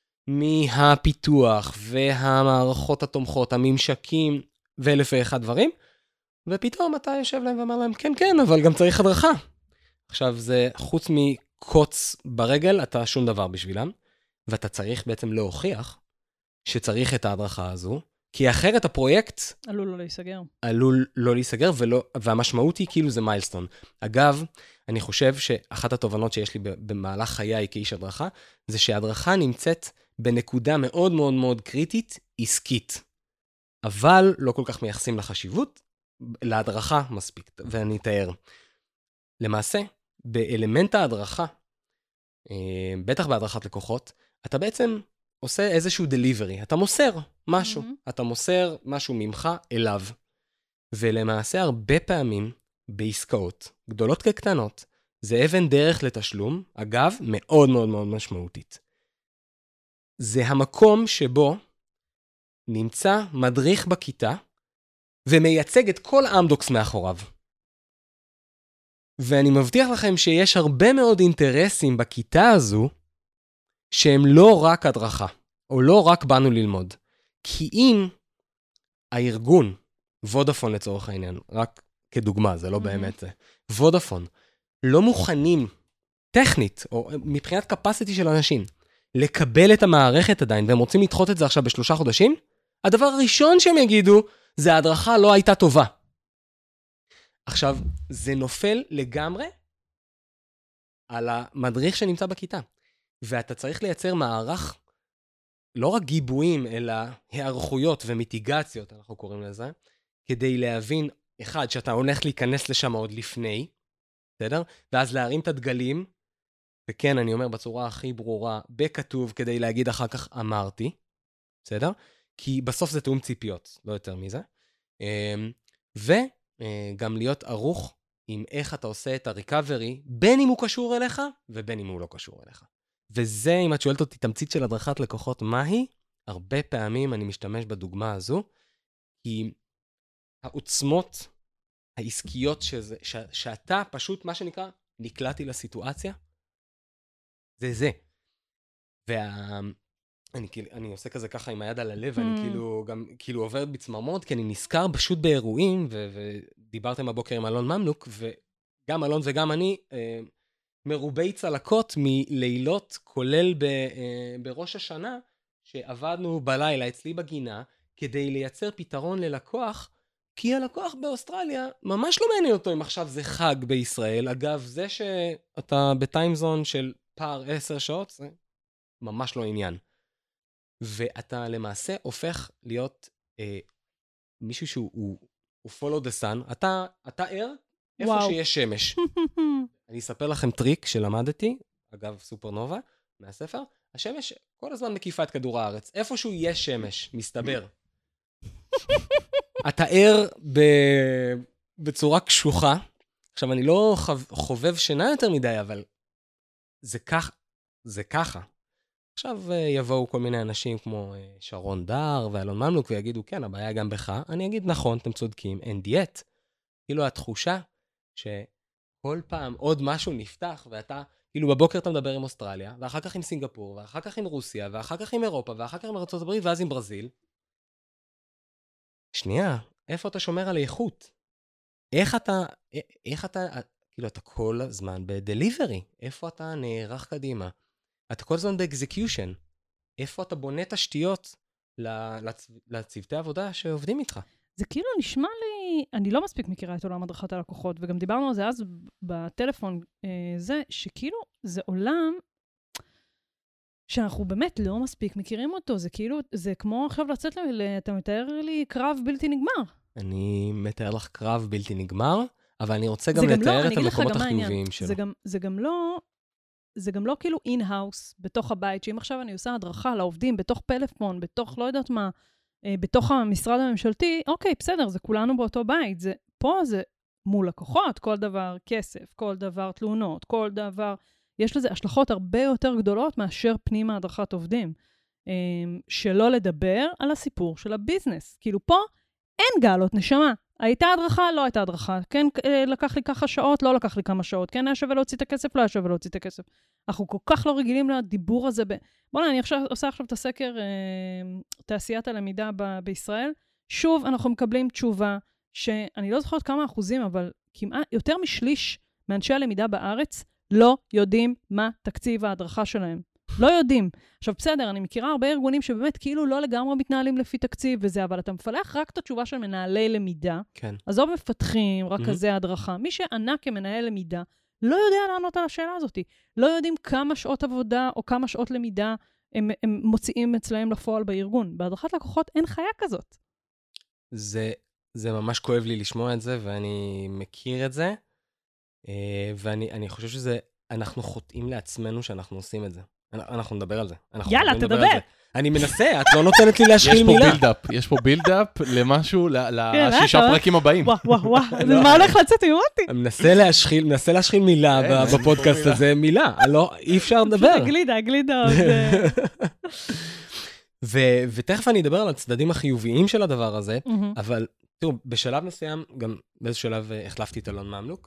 מהפיתוח והמערכות התומכות, הממשקים ואלף ואחד דברים, ופתאום אתה יושב להם ואומר להם, כן, כן, אבל גם צריך הדרכה. עכשיו זה חוץ מקוץ ברגל, אתה שום דבר בשבילם, ואתה צריך בעצם להוכיח שצריך את ההדרכה הזו, כי אחרת הפרויקט עלול לא להיסגר. עלול לא להיסגר, והמשמעות היא כאילו זה מיילסטון. אגב, אני חושב שאחת התובנות שיש לי במהלך חיי כאיש הדרכה, זה שההדרכה נמצאת בנקודה מאוד מאוד מאוד קריטית, עסקית. אבל לא כל כך מייחסים לחשיבות, להדרכה מספיק, ואני אתאר. למעשה, באלמנט ההדרכה, בטח בהדרכת לקוחות, אתה בעצם עושה איזשהו דליברי, אתה מוסר משהו, אתה מוסר משהו ממך אליו. ולמעשה הרבה פעמים בעסקאות, גדולות כקטנות, זה אבן דרך לתשלום, אגב, מאוד מאוד מאוד משמעותית. זה המקום שבו נמצא מדריך בכיתה, ומייצג את כל אמדוקס מאחוריו. ואני מבטיח לכם שיש הרבה מאוד אינטרסים בכיתה הזו, שהם לא רק הדרכה, או לא רק באנו ללמוד. כי אם הארגון, וודאפון לצורך העניין, רק כדוגמה, זה לא באמת זה, וודאפון, לא מוכנים טכנית, או מבחינת capacity של אנשים, לקבל את המערכת עדיין, והם רוצים לדחות את זה עכשיו ב3 חודשים, הדבר הראשון שהם יגידו, זה ההדרכה לא הייתה טובה. עכשיו, זה נופל לגמרי על המדריך שנמצא בכיתה. ואתה צריך לייצר מערך, לא רק גיבויים, אלא הערכויות ומיטיגציות, אנחנו קוראים לזה, כדי להבין, אחד, שאתה הולך להיכנס לשם עוד לפני, בסדר? ואז להרים את הדגלים, וכן, אני אומר בצורה הכי ברורה, בכתוב, כדי להגיד אחר כך אמרתי, בסדר? כי בסוף זה תאום ציפיות, לא יותר מזה. וגם להיות ערוך עם איך אתה עושה את הריקאברי, בין אם הוא קשור אליך, ובין אם הוא לא קשור אליך. וזה, אם את שואלת אותי תמצית של הדרכת לקוחות, מהי? הרבה פעמים אני משתמש בדוגמה הזו, כי העוצמות העסקיות שאתה פשוט, מה שנקרא, נקלעתי לסיטואציה, זה. אני עושה כזה ככה עם היד על הלב, ואני כאילו עוברת בצמרמורת, כי אני נזכר פשוט באירועים, ודיברתם הבוקר עם אלון ממלוק, וגם אלון וגם אני, מרובי צלקות מלילות, כולל בראש השנה, שעבדנו בלילה אצלי בגינה, כדי לייצר פתרון ללקוח, כי הלקוח באוסטרליה ממש לא מעניין אותו אם עכשיו זה חג בישראל. אגב, זה שאתה בטיימזון של פער 10 שעות, זה ממש לא עניין. ואתה למעשה הופך להיות מישהו שהוא follow the sun. אתה ער איפה שיש שמש. אני אספר לכם טריק שלמדתי, אגב סופרנובה, מהספר. השמש כל הזמן מקיפה את כדור הארץ. איפשהו יש שמש, מסתבר. אתה ער בצורה קשוחה. עכשיו, אני לא חובב שינה יותר מדי, אבל זה ככה. עכשיו יבואו כל מיני אנשים כמו שרון דר ואלון ממלוק ויגידו, כן, הבעיה גם בך. אני אגיד, נכון, אתם צודקים, אין דיאט. כאילו התחושה שכל פעם עוד משהו נפתח, ואתה, כאילו בבוקר אתה מדבר עם אוסטרליה, ואחר כך עם סינגפור, ואחר כך עם רוסיה, ואחר כך עם אירופה, ואחר כך עם ארצות הברית, ואז עם ברזיל. שנייה, איפה אתה שומר על איכות? איך אתה, כאילו אתה כל הזמן בדליברי, איפה אתה נערך קדימה? אתה כל הזמן באקזקיושן. איפה אתה בונה תשתיות לצוותי עבודה שעובדים איתך. זה כאילו נשמע לי, אני לא מספיק מכירה את עולם הדרכת הלקוחות, וגם דיברנו על זה אז בטלפון, זה שכאילו זה עולם שאנחנו באמת לא מספיק מכירים אותו, זה כאילו, זה כמו עכשיו לצאת, אתה מתאר לי קרב בלתי נגמר. אני מתאר לך קרב בלתי נגמר, אבל אני רוצה גם לתאר את המקומות החיוביים שלו. זה גם לא כאילו אין-האוס בתוך הבית, שאם עכשיו אני עושה הדרכה לעובדים בתוך פלאפון, בתוך לא יודעת מה, בתוך המשרד הממשלתי, אוקיי, בסדר, זה כולנו באותו בית. פה זה מול לקוחות, כל דבר כסף, כל דבר תלונות, כל דבר, יש לזה השלכות הרבה יותר גדולות מאשר פנימה הדרכת עובדים. שלא לדבר על הסיפור של הביזנס. כאילו פה אין גלות נשמה. הייתה הדרכה, לא הייתה הדרכה. כן, לקח לי ככה שעות, לא לקח לי כמה שעות. כן, היה שווה להוציא את הכסף, לא היה שווה להוציא את הכסף. אנחנו כל כך לא רגילים לדיבור הזה. בוא'נה, אני עושה עכשיו את הסקר תעשיית הלמידה בישראל. שוב, אנחנו מקבלים תשובה שאני לא זוכרת כמה אחוזים, אבל כמעט יותר משליש מאנשי הלמידה בארץ לא יודעים מה תקציב ההדרכה שלהם. לא יודעים. עכשיו, בסדר, אני מכירה הרבה ארגונים שבאמת כאילו לא לגמרי מתנהלים לפי תקציב וזה, אבל אתה מפלח רק את התשובה של מנהלי למידה. כן. אז לא מפתחים, רק כזה הדרכה. מי שענה כמנהל למידה, לא יודע לענות על השאלה הזאת. לא יודעים כמה שעות עבודה או כמה שעות למידה הם מוציאים אצלהם לפועל בארגון. בהדרכת לקוחות אין חיה כזאת. זה ממש כואב לי לשמוע את זה, ואני מכיר את זה, ואני חושב שזה, אנחנו חוטאים לעצמנו שאנחנו עושים את זה. אנחנו נדבר על זה. יאללה, תדבר. אני מנסה, את לא נותנת לי להשחיל מילה. יש פה בילדאפ למשהו, לשישה פרקים הבאים. וואו, מה הולך לצאת עם אותי? אני מנסה להשחיל מילה בפודקאסט הזה, מילה. אי אפשר לדבר. הגלידה עוד. ותכף אני אדבר על הצדדים החיוביים של הדבר הזה, אבל תראו, בשלב מסוים, גם באיזה שלב החלפתי את אלון ממלוק,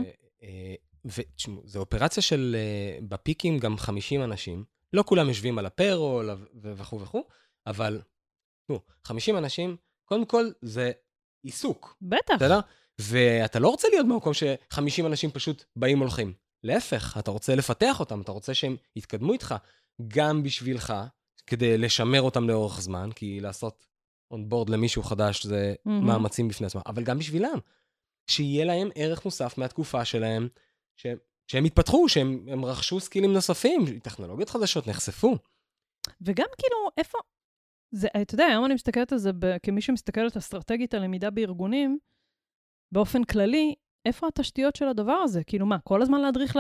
וזו אופרציה של, בפיקים גם 50 אנשים, לא כולם יושבים על הפרול וכו' וכו', אבל 50 אנשים, קודם כל זה עיסוק. בטח. בסדר? ואתה לא רוצה להיות במקום ש50 אנשים פשוט באים הולכים. להפך, אתה רוצה לפתח אותם, אתה רוצה שהם יתקדמו איתך, גם בשבילך, כדי לשמר אותם לאורך זמן, כי לעשות אונבורד למישהו חדש זה מאמצים בפני עצמם, אבל גם בשבילם, שיהיה להם ערך מוסף מהתקופה שלהם, שהם התפתחו, שהם רכשו סקילים נוספים, טכנולוגיות חדשות נחשפו. וגם כאילו, איפה, זה, אתה יודע, היום אני מסתכלת על זה, כמי שמסתכלת אסטרטגית על למידה בארגונים, באופן כללי, איפה התשתיות של הדבר הזה? כאילו מה, כל הזמן להדריך,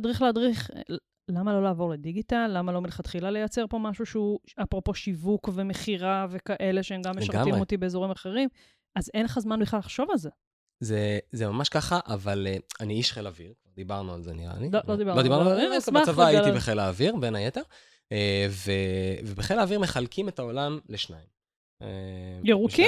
למה לא לעבור לדיגיטל? למה לא מלכתחילה לייצר פה משהו שהוא, אפרופו שיווק ומחירה וכאלה, שהם גם משרתים אותי באזורים אחרים? אז אין לך זמן בכלל לחשוב על זה. זה ממש ככה, אבל אני איש חיל אוויר, דיברנו על זה נראה לי. לא דיברנו על זה. בצבא הייתי בחיל האוויר, בין היתר, ובחיל האוויר מחלקים את העולם לשניים. ירוקים?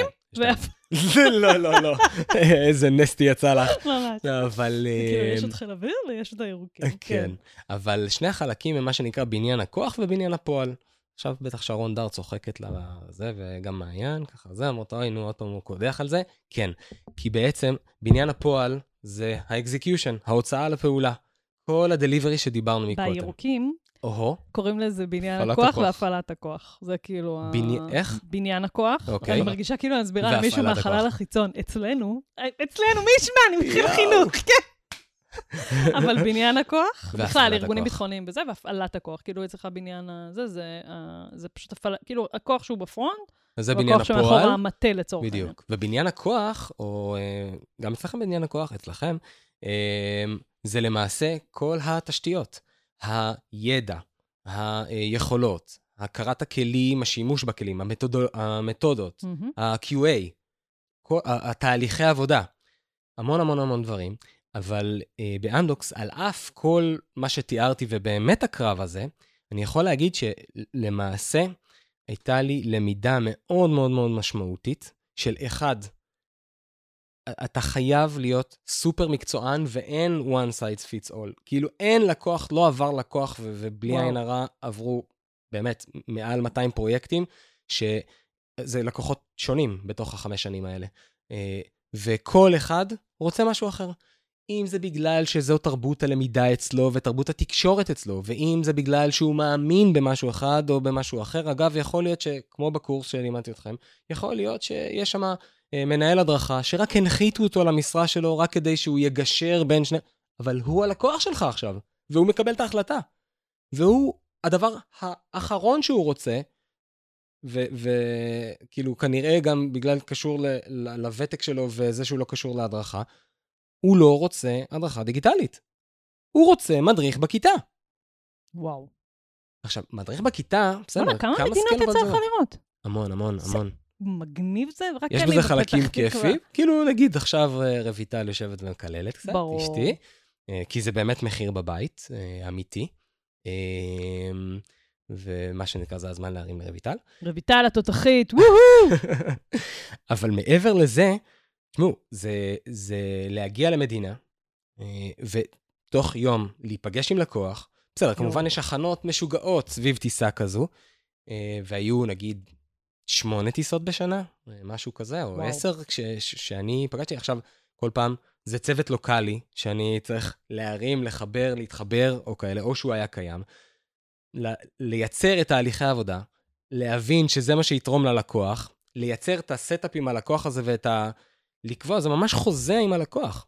לא. איזה נסטי יצא לך. ממש. אבל... יש את חיל האוויר ויש את הירוקים. כן. אבל שני החלקים הם מה שנקרא בניין הכוח ובניין הפועל. עכשיו בטח שרון דר צוחקת לזה, וגם מעיין, ככה זה, אמרת, נו, עוד פעם הוא קודח על זה. כן, כי בעצם בניין הפועל זה האקזיקיושן, ההוצאה לפעולה. כל הדליברי שדיברנו מקודם. בירוקים, קוראים לזה בניין הכוח והפעלת הכוח. זה כאילו... איך? בניין הכוח. אני מרגישה כאילו אני מסבירה על מישהו מהחלל החיצון. אצלנו, מי ישמע, אני מתחיל חינוך, כן. אבל בניין הכוח, בכלל, ארגונים ביטחוניים בזה, והפעלת הכוח, כאילו אצלך בניין הזה, זה פשוט הפעלת, כאילו הכוח שהוא בפרונט, זה בניין הפועל. שמאחור המטה לצורך העניין. בדיוק. ובניין הכוח, או גם אצלכם בניין הכוח, אצלכם, זה למעשה כל התשתיות, הידע, היכולות, הכרת הכלים, השימוש בכלים, המתודות, ה-QA, התהליכי עבודה, המון דברים. אבל באמדוקס, על אף כל מה שתיארתי ובאמת הקרב הזה, אני יכול להגיד שלמעשה הייתה לי למידה מאוד מאוד מאוד משמעותית, של אחד, אתה חייב להיות סופר מקצוען, ואין one size fits all. כאילו אין לקוח, לא עבר לקוח, ובלי עין הרע עברו באמת מעל 200 פרויקטים, שזה לקוחות שונים בתוך 5 שנים האלה. וכל אחד רוצה משהו אחר. אם זה בגלל שזו תרבות הלמידה אצלו ותרבות התקשורת אצלו, ואם זה בגלל שהוא מאמין במשהו אחד או במשהו אחר. אגב, יכול להיות שכמו בקורס שלימדתי אתכם, יכול להיות שיש שם מנהל הדרכה שרק הנחיתו אותו למשרה שלו רק כדי שהוא יגשר בין שני... אבל הוא הלקוח שלך עכשיו, והוא מקבל את ההחלטה. והוא הדבר האחרון שהוא רוצה, וכאילו כנראה גם בגלל קשור לוותק שלו וזה שהוא לא קשור להדרכה, הוא לא רוצה הדרכה דיגיטלית. הוא רוצה מדריך בכיתה. וואו. עכשיו, מדריך בכיתה, בסדר, כמה מדינות יצא לך לראות? המון, המון, המון. מגניב זה, רק יש בזה חלקים כיפים, כאילו נגיד עכשיו רויטל יושבת ומקללת קצת, אשתי, כי זה באמת מחיר בבית, אמיתי, ומה שנקרא זה הזמן להרים לרויטל. רויטל התותחית, וואו! אבל מעבר לזה, תשמעו, זה להגיע למדינה, ותוך יום להיפגש עם לקוח, בסדר, כמובן יש הכנות משוגעות סביב טיסה כזו, והיו נגיד 8 טיסות בשנה, משהו כזה, או 10, שאני פגשתי עכשיו כל פעם, זה צוות לוקלי, שאני צריך להרים, לחבר, להתחבר, או כאלה, או שהוא היה קיים, לייצר את תהליכי העבודה, להבין שזה מה שיתרום ללקוח, לייצר את הסטאפ עם הלקוח הזה ואת לקבוע, זה ממש חוזה עם הלקוח.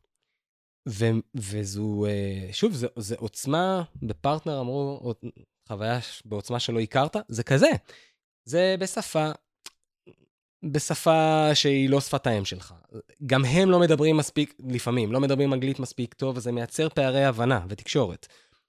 וזו, שוב, זה עוצמה, בפרטנר אמרו, חוויה בעוצמה שלא הכרת, זה כזה. זה בשפה שהיא לא שפת האם שלך. גם הם לא מדברים מספיק, לפעמים, לא מדברים אנגלית מספיק טוב, וזה מייצר פערי הבנה ותקשורת.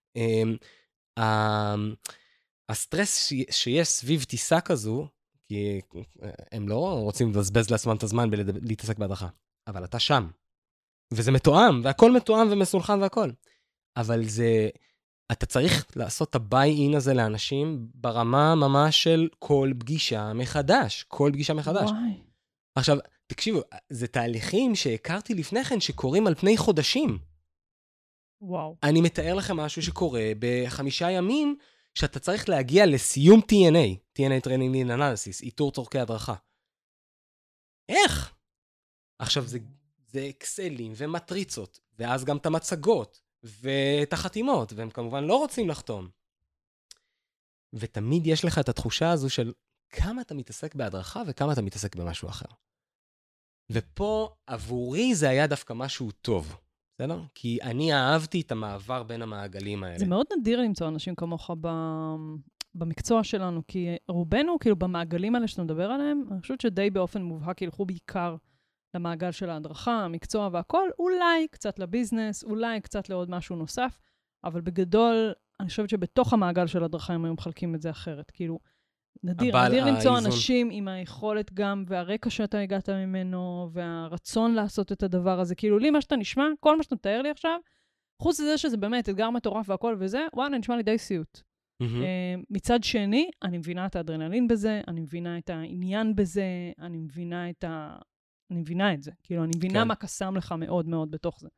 הסטרס שיש סביב טיסה כזו, כי הם לא רוצים לבזבז לעצמם את הזמן להתעסק בהדרכה, אבל אתה שם. וזה מתואם, והכל מתואם ומסולחן והכל. אבל אתה צריך לעשות את הביי-אין הזה לאנשים ברמה ממש של כל פגישה מחדש. כל פגישה מחדש. וואי. עכשיו, תקשיבו, זה תהליכים שהכרתי לפני כן שקורים על פני חודשים. וואו. אני מתאר לכם משהו שקורה ב5 ימים, שאתה צריך להגיע לסיום TNA, TNA Training and Analysis, איתור צורכי הדרכה. איך? עכשיו, זה אקסלים ומטריצות, ואז גם את המצגות, ואת החתימות, והם כמובן לא רוצים לחתום. ותמיד יש לך את התחושה הזו של כמה אתה מתעסק בהדרכה, וכמה אתה מתעסק במשהו אחר. ופה, עבורי זה היה דווקא משהו טוב. בסדר? כי אני אהבתי את המעבר בין המעגלים האלה. זה מאוד נדיר למצוא אנשים כמוך במקצוע שלנו, כי רובנו, כאילו במעגלים האלה שאתה מדבר עליהם, אני חושבת שדי באופן מובהק ילכו בעיקר למעגל של ההדרכה, המקצוע והכל, אולי קצת לביזנס, אולי קצת לעוד משהו נוסף, אבל בגדול, אני חושבת שבתוך המעגל של ההדרכה הם היו מחלקים את זה אחרת. כאילו, נדיר למצוא אנשים עם היכולת גם, והרקע שאתה הגעת ממנו, והרצון לעשות את הדבר הזה. כאילו, לי מה שאתה נשמע, כל מה שאתה מתאר לי עכשיו, חוץ לזה שזה באמת אתגר מטורף והכל וזה, וואלה, נשמע לי די סיוט. מצד שני, אני מבינה את האדרנלין בזה, אני מבינה את העניין בזה, אני מבינה את זה. כאילו, אני מבינה מה קסם לך מאוד מאוד בתוך זה.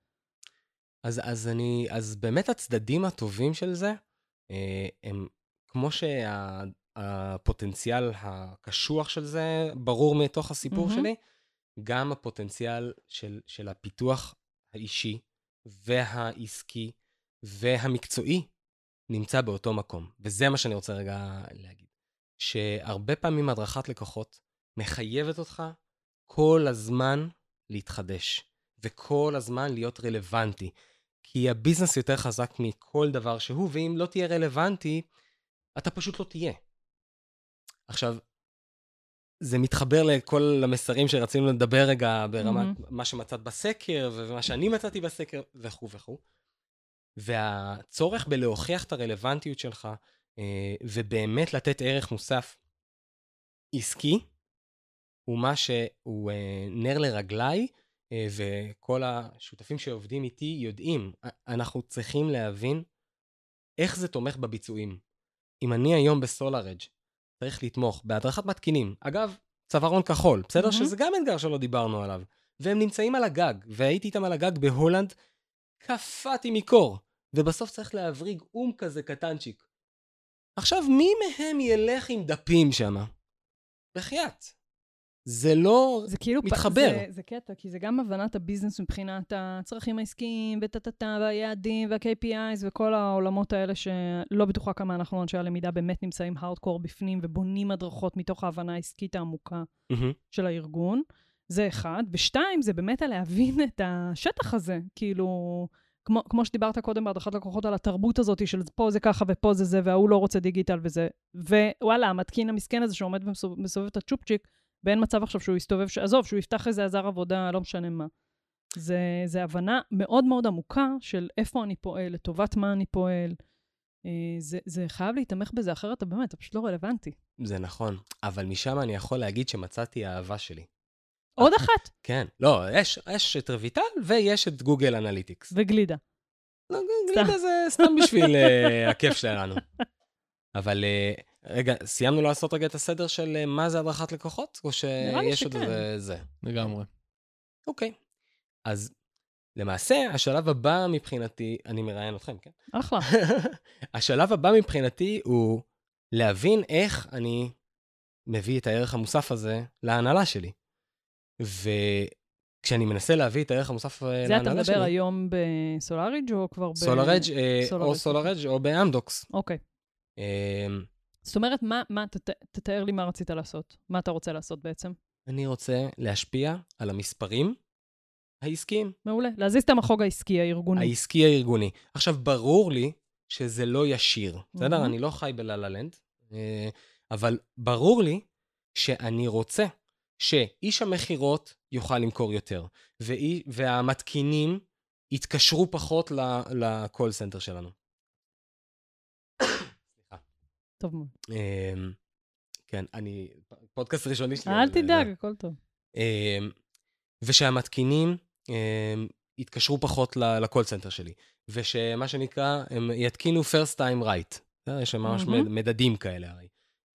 אז באמת הצדדים הטובים של זה, הם כמו הפוטנציאל הקשוח של זה, ברור מתוך הסיפור שלי, גם הפוטנציאל של הפיתוח האישי, והעסקי, והמקצועי, נמצא באותו מקום. וזה מה שאני רוצה רגע להגיד. שהרבה פעמים הדרכת לקוחות מחייבת אותך כל הזמן להתחדש, וכל הזמן להיות רלוונטי. כי הביזנס יותר חזק מכל דבר שהוא, ואם לא תהיה רלוונטי, אתה פשוט לא תהיה. עכשיו, זה מתחבר לכל המסרים שרצינו לדבר רגע ברמת מה שמצאת בסקר, ומה שאני מצאתי בסקר, וכו' וכו'. והצורך בלהוכיח את הרלוונטיות שלך, ובאמת לתת ערך מוסף עסקי, הוא מה שהוא נר לרגליי, וכל השותפים שעובדים איתי יודעים, אנחנו צריכים להבין איך זה תומך בביצועים. אם אני היום בסולארג' צריך לתמוך בהדרכת מתקינים, אגב, צווארון כחול, בסדר? שזה גם אתגר שלא דיברנו עליו, והם נמצאים על הגג, והייתי איתם על הגג בהולנד, קפאתי מקור, ובסוף צריך להבריג כזה קטנצ'יק. עכשיו, מי מהם ילך עם דפים שם? בחייאת. זה לא זה כאילו מתחבר. זה קטע, כי זה גם הבנת הביזנס מבחינת הצרכים העסקיים, וטטטה, והיעדים, וה-KPIs, וכל העולמות האלה שלא בטוחה כמה אנחנו אנשי הלמידה באמת נמצאים הארדקור בפנים, ובונים הדרכות מתוך ההבנה העסקית העמוקה של הארגון. זה אחד. ושתיים, זה באמת להבין את השטח הזה, כאילו, כמו שדיברת קודם בהדרכת לקוחות על התרבות הזאת של פה זה ככה ופה זה זה, והוא לא רוצה דיגיטל וזה. ווואלה, המתקין המסכן הזה שעומד ומסובב את הצ'ופצ'יק, ואין מצב עכשיו שהוא יסתובב, עזוב, שהוא יפתח איזה עזר עבודה, לא משנה מה. זה הבנה מאוד מאוד עמוקה של איפה אני פועל, לטובת מה אני פועל. זה חייב להתמך בזה, אחרת אתה באמת, אתה פשוט לא רלוונטי. זה נכון, אבל משם אני יכול להגיד שמצאתי האהבה שלי. עוד אחת. כן, לא, יש את רויטל ויש את גוגל אנליטיקס. וגלידה. לא, גלידה זה סתם בשביל הכיף שלנו. אבל רגע, סיימנו לעשות רגע את הסדר של מה זה הדרכת לקוחות? או שיש עוד זה? לגמרי. אוקיי. אז למעשה, השלב הבא מבחינתי, אני מראיין אתכם, כן? אחלה. השלב הבא מבחינתי הוא להבין איך אני מביא את הערך המוסף הזה להנהלה שלי. וכשאני מנסה להביא את הערך המוסף להנהלה שלי... זה אתה מדבר היום בסולאריג' או כבר ב... סולאריג' או סולאריג' או באמדוקס. אוקיי. זאת אומרת, תתאר לי מה רצית לעשות. מה אתה רוצה לעשות בעצם? אני רוצה להשפיע על המספרים העסקיים. מעולה. להזיז את המחוג העסקי, הארגוני. העסקי הארגוני. עכשיו, ברור לי שזה לא ישיר. בסדר? אני לא חי בללה-לנד, אבל ברור לי שאני רוצה שאיש המחירות יוכל למכור יותר, והמתקינים יתקשרו פחות לקול סנטר שלנו. סליחה. טוב מאוד. כן, פודקאסט ראשוני שלי. אל תדאג, הכל טוב. ושהמתקינים יתקשרו פחות לקול סנטר שלי, ושמה שנקרא, הם יתקינו first time right. יש ממש מדדים כאלה הרי.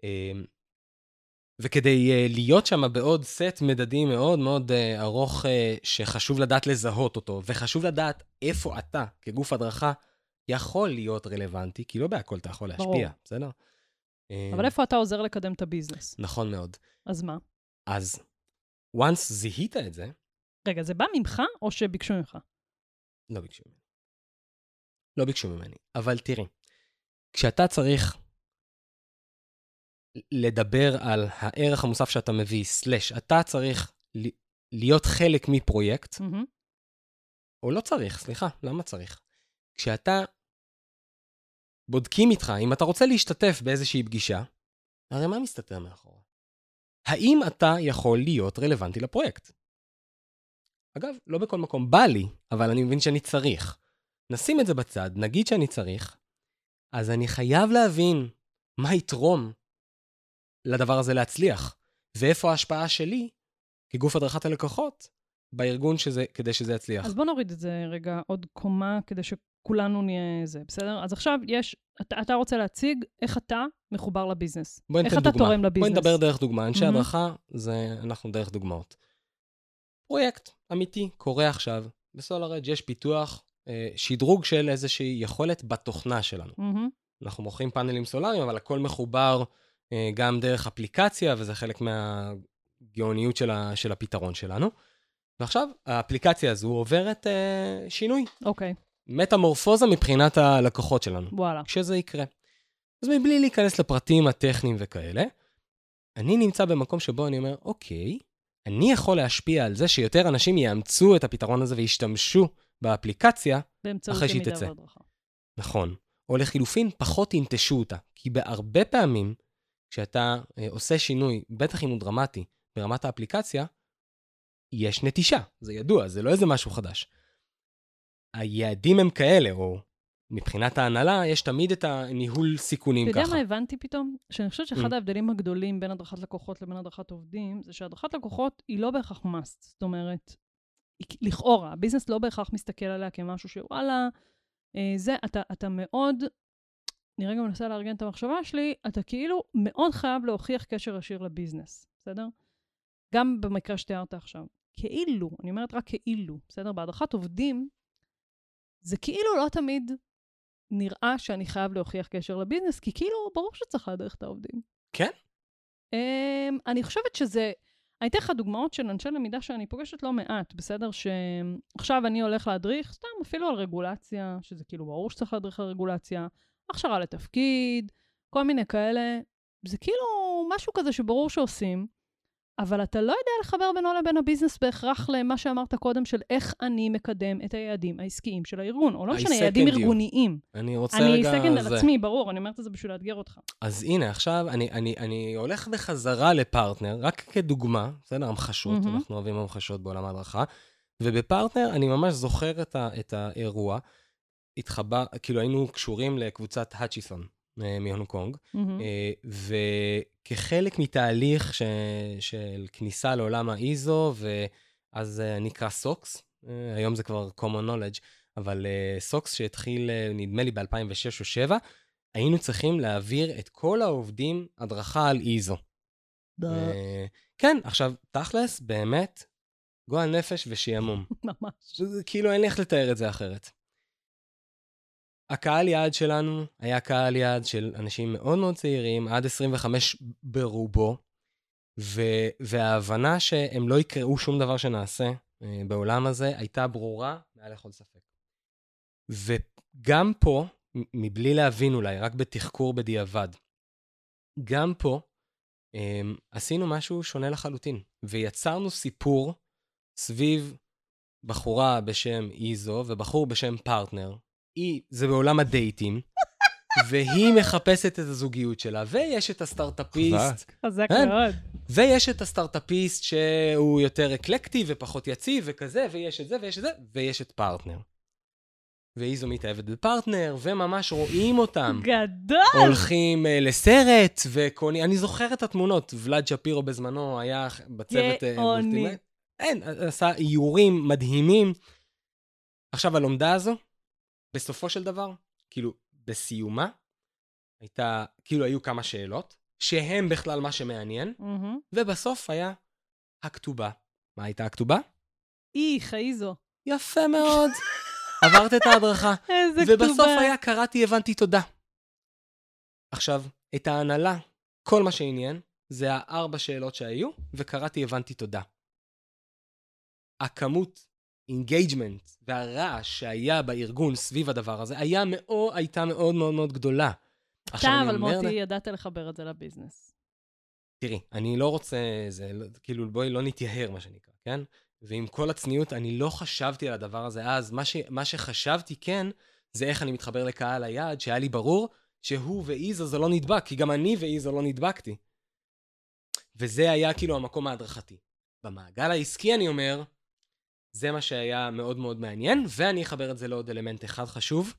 וכדי להיות שם בעוד סט מדדים מאוד מאוד ארוך, שחשוב לדעת לזהות אותו, וחשוב לדעת איפה אתה, כגוף הדרכה, יכול להיות רלוונטי, כי לא בהכל אתה יכול להשפיע, בסדר? אבל איפה אתה עוזר לקדם את הביזנס? נכון מאוד. אז מה? אז, once זיהית את זה... רגע, זה בא ממך או שביקשו ממך? לא ביקשו ממני. לא ביקשו ממני. אבל תראי, כשאתה צריך לדבר על הערך המוסף שאתה מביא, אתה צריך להיות חלק מפרויקט, או לא צריך, סליחה, למה צריך? כשאתה בודקים איתך, אם אתה רוצה להשתתף באיזושהי פגישה, הרי מה מסתתר מאחורה? האם אתה יכול להיות רלוונטי לפרויקט? אגב, לא בכל מקום בא לי, אבל אני מבין שאני צריך. נשים את זה בצד, נגיד שאני צריך, אז אני חייב להבין מה יתרום לדבר הזה להצליח, ואיפה ההשפעה שלי, כגוף הדרכת הלקוחות, בארגון כדי שזה יצליח. אז בוא נוריד את זה רגע עוד קומה, כדי שכולנו נהיה זה, בסדר? אז עכשיו אתה רוצה להציג איך אתה מחובר לביזנס. איך אתה תורם לביזנס. בואי נדבר דרך דוגמה. אנשי הדרכה, אנחנו דרך דוגמאות. פרויקט אמיתי קורה עכשיו, בסולאריג' יש פיתוח, שדרוג של איזושהי יכולת בתוכנה שלנו. אנחנו מוכרים פאנלים סולאריים, אבל הכל מחובר גם דרך אפליקציה, וזה חלק מהגאוניות של הפתרון שלנו. ועכשיו, האפליקציה הזו עוברת שינוי. אוקיי. מטמורפוזה מבחינת הלקוחות שלנו. וואלה. כשזה יקרה. אז מבלי להיכנס לפרטים הטכניים וכאלה, אני נמצא במקום שבו אני אומר, אוקיי, אני יכול להשפיע על זה שיותר אנשים יאמצו את הפתרון הזה וישתמשו באפליקציה אחרי שהיא תצא. נכון. או לחילופין, פחות ינטשו אותה. כי בהרבה פעמים, כשאתה עושה שינוי, בטח אם הוא דרמטי, ברמת האפליקציה, יש נטישה. זה ידוע, זה לא איזה משהו חדש. היעדים הם כאלה, או מבחינת ההנהלה, יש תמיד את הניהול סיכונים ככה. אתה יודע מה הבנתי פתאום? שאני חושבת שאחד ההבדלים הגדולים בין הדרכת לקוחות לבין הדרכת עובדים, זה שהדרכת לקוחות היא לא בהכרח must. זאת אומרת, לכאורה, הביזנס לא בהכרח מסתכל עליה כמשהו שוואלה, זה, אתה מאוד, אני רגע מנסה לארגן את המחשבה שלי, אתה כאילו מאוד חייב להוכיח קשר ישיר לביזנס, בסדר? גם במקרה שתיארת עכשיו. כאילו, אני אומרת רק כאילו, בסדר? בהדרכת עובדים, זה כאילו לא תמיד נראה שאני חייב להוכיח קשר לביזנס, כי כאילו ברור שצריך להדריך את העובדים. כן? אני חושבת שזה, אני אתן לך דוגמאות של אנשי למידה שאני פוגשת לא מעט, בסדר? שעכשיו אני הולך להדריך, סתם אפילו על רגולציה, שזה כאילו ברור שצריך להדריך על רגולציה, הכשרה לתפקיד, כל מיני כאלה. זה כאילו משהו כזה שברור שעושים, אבל אתה לא יודע לחבר בינו לבין הביזנס בהכרח למה שאמרת קודם, של איך אני מקדם את היעדים העסקיים של הארגון, או לא משנה, יעדים ארגוניים. אני רוצה רגע... אני סקנד על עצמי, ברור, אני אומרת את זה בשביל לאתגר אותך. אז הנה, עכשיו אני הולך בחזרה לפרטנר, רק כדוגמה, בסדר, המחשות, אנחנו אוהבים המחשות בעולם ההדרכה, ובפרטנר אני ממש זוכר את האירוע, כאילו היינו קשורים לקבוצת האצ'יסון מהונג קונג, וכחלק מתהליך של כניסה לעולם האיזו, ואז נקרא סוקס, היום זה כבר common knowledge, אבל סוקס שהתחיל נדמה לי ב-2006 או 2007, היינו צריכים להעביר את כל העובדים הדרכה על איזו. כן, עכשיו, תכלס, באמת, גועל נפש ושיעמום. ממש. כאילו אין לי איך לתאר את זה אחרת. הקהל יעד שלנו היה קהל יעד של אנשים מאוד מאוד צעירים, עד 25 ברובו, וההבנה שהם לא יקראו שום דבר שנעשה בעולם הזה, הייתה ברורה מעל לכל ספק. וגם פה, מבלי להבין אולי, רק בתחקור בדיעבד, גם פה עשינו משהו שונה לחלוטין, ויצרנו סיפור סביב בחורה בשם איזו, ובחור בשם פרטנר, זה בעולם הדייטים, והיא מחפשת את הזוגיות שלה, ויש את הסטארט-אפיסט. חזק מאוד. ויש את הסטארט-אפיסט שהוא יותר אקלקטי ופחות יציב וכזה, ויש את זה ויש את זה, ויש את פרטנר. ואיזו מתאהבת בפרטנר, וממש רואים אותם. גדול! הולכים לסרט, אני זוכר את התמונות, ולד שפירו בזמנו היה בצוות מולטימט. אין, עשה איורים מדהימים. עכשיו, הלומדה הזו, בסופו של דבר, כאילו, בסיומה, הייתה, כאילו, היו כמה שאלות, שהם בכלל מה שמעניין, ובסוף היה הכתובה. מה הייתה הכתובה? איזו. יפה מאוד. עברת את ההדרכה. איזה כתובה. ובסוף היה קראתי, הבנתי, תודה. עכשיו, את ההנהלה, כל מה שעניין, זה 4 שאלות שהיו, וקראתי, הבנתי, תודה. הכמות engagement והרעש שהיה בארגון סביב הדבר הזה, הייתה מאוד מאוד מאוד גדולה. אבל מוטי, ידעת לחבר את זה לביזנס. תראי, אני לא רוצה, כאילו בואי לא נתייהר מה שנקרא, כן? ועם כל הצניעות, אני לא חשבתי על הדבר הזה אז, מה שחשבתי כן, זה איך אני מתחבר לקהל היעד, שהיה לי ברור שהוא ואיזו זה לא נדבק, כי גם אני ואיזו לא נדבקתי. וזה היה כאילו המקום ההדרכתי. במעגל העסקי אני אומר, זה מה שהיה מאוד מאוד מעניין, ואני אחבר את זה לעוד אלמנט אחד חשוב.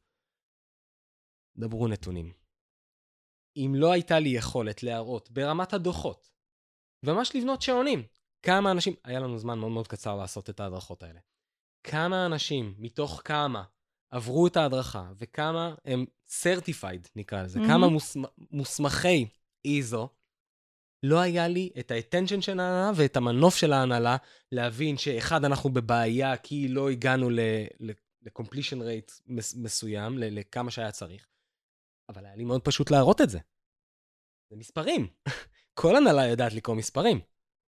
דברו נתונים. אם לא הייתה לי יכולת להראות ברמת הדוחות, וממש לבנות שעונים, כמה אנשים, היה לנו זמן מאוד מאוד קצר לעשות את ההדרכות האלה, כמה אנשים מתוך כמה עברו את ההדרכה, וכמה הם certified נקרא לזה, כמה מוסמכי איזו, לא היה לי את ה-attention של ההנהלה ואת המנוף של ההנהלה להבין שאחד אנחנו בבעיה כי לא הגענו ל-completion rate מסוים, לכמה שהיה צריך. אבל היה לי מאוד פשוט להראות את זה. זה מספרים. כל הנהלה יודעת לקרוא מספרים.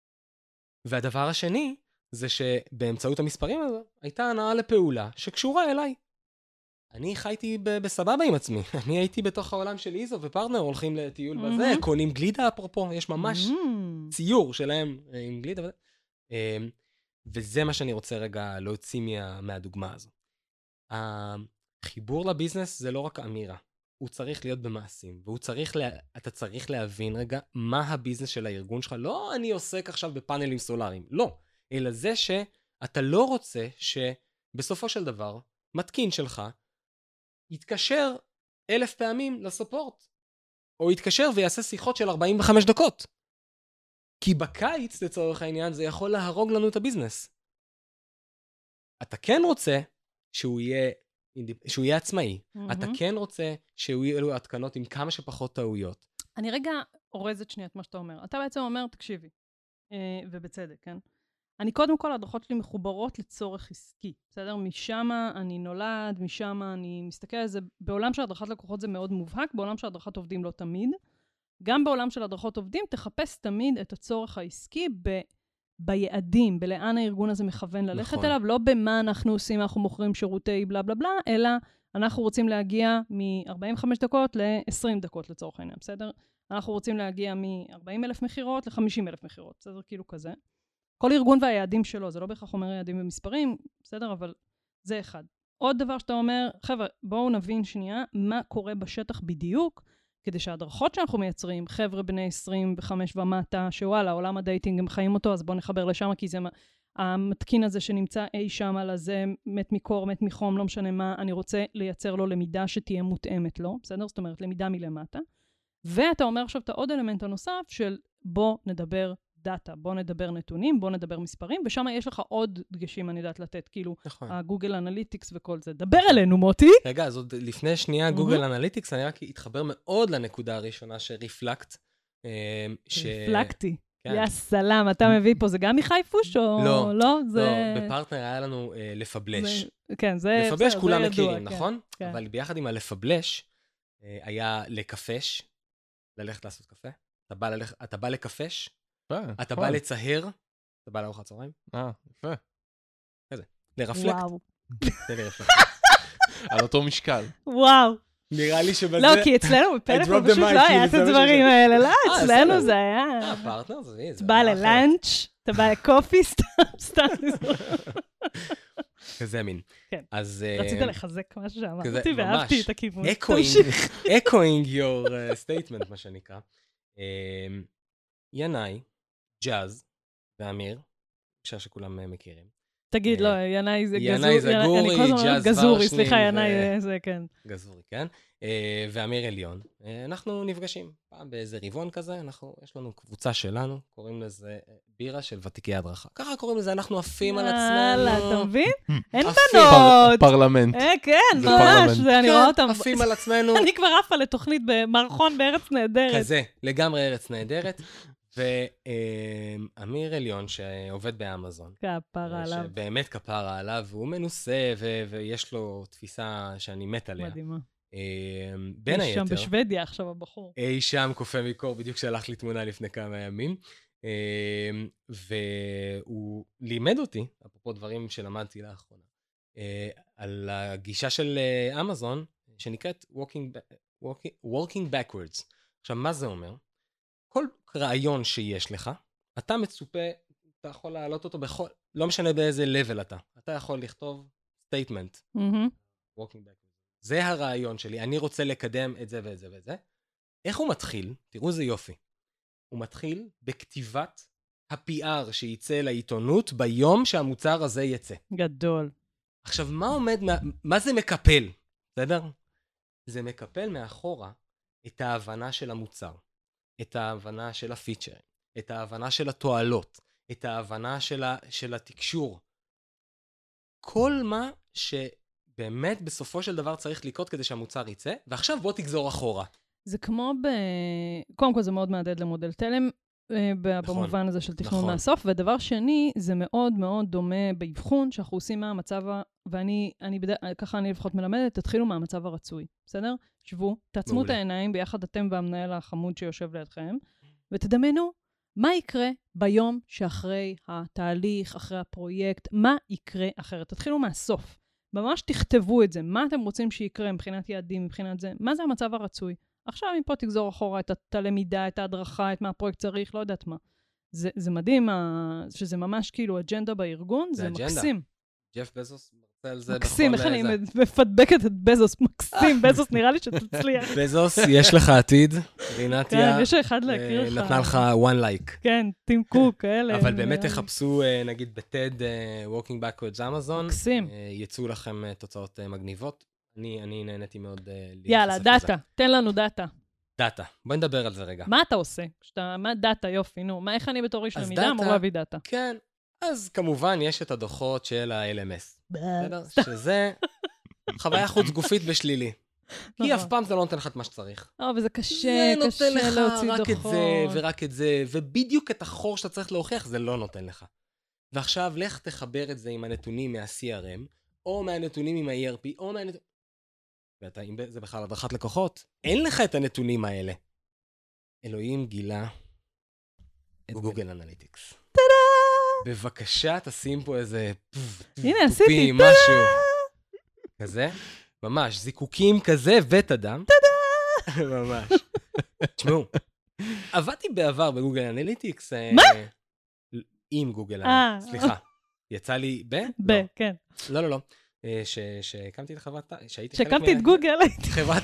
והדבר השני זה שבאמצעות המספרים הזו הייתה הנהלה לפעולה שקשורה אליי. אני חייתי בסבבה עם עצמי. אני הייתי בתוך העולם של איזו ופרטנר, הולכים לטיול בזה, קונים גלידה אפרופו, יש ממש ציור שלהם עם גלידה וזה. וזה מה שאני רוצה רגע להוציא מהדוגמה הזו. החיבור לביזנס זה לא רק אמירה. הוא צריך להיות במעשים, אתה צריך להבין רגע מה הביזנס של הארגון שלך. לא אני עוסק עכשיו בפאנלים סולאריים, לא. אלא זה שאתה לא רוצה שבסופו של דבר, מתקין שלך, יתקשר 1000 פעמים לסופורט, או יתקשר ויעשה שיחות של 45 דקות. כי בקיץ, לצורך העניין, זה יכול להרוג לנו את הביזנס. אתה כן רוצה שהוא יהיה עצמאי. אתה כן רוצה שהוא יהיו לו התקנות עם כמה שפחות טעויות. אני רגע אורזת שנייה את מה שאתה אומר. אתה בעצם אומר, תקשיבי, ובצדק, כן? אני קודם כל, ההדרכות שלי מחוברות לצורך עסקי, בסדר? משם אני נולד, משם אני מסתכל על זה. בעולם של הדרכת לקוחות זה מאוד מובהק, בעולם של הדרכת עובדים לא תמיד. גם בעולם של הדרכות עובדים, תחפש תמיד את הצורך העסקי ביעדים, בלאן הארגון הזה מכוון ללכת נכון. אליו, לא במה אנחנו עושים, אנחנו מוכרים שירותי בלה בלה בלה, אלא אנחנו רוצים להגיע מ-45 דקות ל-20 דקות לצורך העניין, בסדר? אנחנו רוצים להגיע מ-40,000 מחירות ל-50,000 מחירות, בסדר? כאילו כזה. כל ארגון והיעדים שלו, זה לא בהכרח אומר יעדים במספרים, בסדר? אבל זה אחד. עוד דבר שאתה אומר, חבר'ה, בואו נבין שנייה מה קורה בשטח בדיוק, כדי שההדרכות שאנחנו מייצרים, חבר'ה בני 25 ומטה, שוואלה, עולם הדייטינג הם חיים אותו, אז בואו נחבר לשם, כי זה המתקין הזה שנמצא אי שם על הזה, מת מקור, מת מחום, לא משנה מה, אני רוצה לייצר לו למידה שתהיה מותאמת לו, בסדר? זאת אומרת, למידה מלמטה. ואתה אומר עכשיו את העוד אלמנט הנוסף של בוא נדבר דאטה, בוא נדבר נתונים, בוא נדבר מספרים, ושם יש לך עוד דגשים, אני יודעת לתת, כאילו, נכון. הגוגל אנליטיקס וכל זה. דבר אלינו, מוטי! רגע, אז עוד לפני שנייה, גוגל אנליטיקס, אני רק אתחבר מאוד לנקודה הראשונה שריפלקט. ריפלקטי. יא סלאם, אתה מביא פה, זה גם מחייפוש או לא? לא, לא, בפרטנר היה לנו לפבלש. כן, זה לפבלש כולם מכירים, כן, נכון? כן. אבל ביחד עם הלפבלש, היה לקפש, ללכת לעשות קפה. אתה בא לקפש, אתה בא לצהר, אתה בא לארוחת צהריים. יפה. כזה. לרפלקט. וואו. זה לרפלקט. על אותו משקל. וואו. נראה לי שבזה... לא, כי אצלנו בפלאפון פשוט לא היה את הדברים האלה. לא, אצלנו זה היה... פרטנר זה... אתה בא ללאנץ', אתה בא לקופי, סתם. כזה מין. כן. אז... רצית לחזק משהו שאמרתי, ממש. ואהבתי את הכיוון. echoing your statement, מה שנקרא. ינאי, ג'אז ואמיר, אפשר שכולם מכירים. תגיד, לא, ינאי זה גזורי. ינאי זגורי, ג'אז גזורי, ורשני. סליחה, ינאי זה, כן. גזורי, כן. ואמיר עליון. אנחנו נפגשים פעם באיזה רבעון כזה, יש לנו קבוצה שלנו, קוראים לזה בירה של ותיקי הדרכה. ככה קוראים לזה, אנחנו עפים על עצמנו. אתה מבין? אין עפים. בנות. פרלמנט. כן, זה ממש, פרלמנט. אני רואה אותם. עפים על עצמנו. אני כבר עפה לתוכנית במערכון בארץ נהדרת. כזה, לגמרי ארץ נהדרת. ואמיר עליון שעובד באמזון. כפרה עליו. שבאמת כפרה עליו, והוא מנוסה, ויש לו תפיסה שאני מת עליה. מדהימה. בין היתר. שם בשוודיה עכשיו הבחור. אי שם קופא מקור, בדיוק שלח לי תמונה לפני כמה ימים. והוא לימד אותי, אפרופו דברים שלמדתי לאחרונה, על הגישה של אמזון, שנקראת walking backwards. עכשיו, מה זה אומר? כל רעיון שיש לך, אתה מצופה, אתה יכול להעלות אותו בכל, לא משנה באיזה level אתה. אתה יכול לכתוב statement, walking backwards. זה הרעיון שלי, אני רוצה לקדם את זה ואת זה ואת זה. איך הוא מתחיל? תראו איזה יופי. הוא מתחיל בכתיבת ה-PR שייצא לעיתונות ביום שהמוצר הזה יצא. גדול. עכשיו, מה זה מקפל? בסדר? זה מקפל מאחורה את ההבנה של המוצר, את ההבנה של הפיצ'ר, את ההבנה של התועלות, את ההבנה של התקשור. כל מה שבאמת בסופו של דבר צריך לקרות כדי שהמוצר יצא, ועכשיו בוא תגזור אחורה. זה כמו קודם כל זה מאוד מעדד למודל תלם, במובן הזה של תכנון מהסוף, ודבר שני, זה מאוד מאוד דומה באבחון, שאנחנו עושים מהמצב, ככה אני לפחות מלמדת, תתחילו מהמצב הרצוי, בסדר? שבו, תעצמו את העיניים ביחד אתם והמנהל החמוד שיושב לידכם, ותדמיינו מה יקרה ביום שאחרי התהליך, אחרי הפרויקט, מה יקרה אחרת. תתחילו מהסוף. ממש תכתבו את זה, מה אתם רוצים שיקרה מבחינת יעדים, מבחינת זה, מה זה המצב הרצוי? עכשיו מפה תגזור אחורה את הלמידה, את ההדרכה, את מה הפרויקט צריך, לא יודעת מה. זה מדהים, שזה ממש כאילו אג'נדה בארגון, זה מקסים. ג'ף בזוס מרצה על זה. מקסים, איך אני מפדבקת את בזוס, מקסים, בזוס נראה לי שתצליח. בזוס, יש לך עתיד, רינתיה. כן, יש אחד להכיר לך. נתנה לך one like. כן, טים קוק, כאלה. אבל באמת תחפשו, נגיד בטד, Walking Backwards Amazon. מקסים. יצאו לכם תוצאות מגניבות. אני נהניתי מאוד יאללה, דאטה, תן לנו דאטה. דאטה, בואי נדבר על זה רגע. מה אתה עושה? מה דאטה, יופי, נו, איך אני בתור איש למידה אמור להביא דאטה? כן, אז כמובן יש את הדוחות של ה-LMS. שזה חוויה חוץ גופית בשלילי. כי אף פעם זה לא נותן לך את מה שצריך. וזה קשה להוציא דוחות. זה נותן לך רק את זה ורק את זה, ובדיוק את החור שאתה צריך להוכיח, זה לא נותן לך. ועכשיו, לך תחבר את זה עם הנתונים מה-CRM, או מהנתונים עם ה-ERP, או מהנתונים... ואתה, אם זה בכלל הדרכת לקוחות, אין לך את הנתונים האלה. אלוהים גילה את גוגל אנליטיקס. טאדה! בבקשה, תשים פה איזה הנה, תופים, עשיתי, משהו. כזה? ממש, זיקוקים כזה ותדם. תדה! ממש. תשמעו, עבדתי בעבר בגוגל אנליטיקס. מה? עם גוגל אנליטיקס, סליחה. יצא לי לא. כן. לא. שהקמתי את חברת... שהקמתי את גוגל. חברת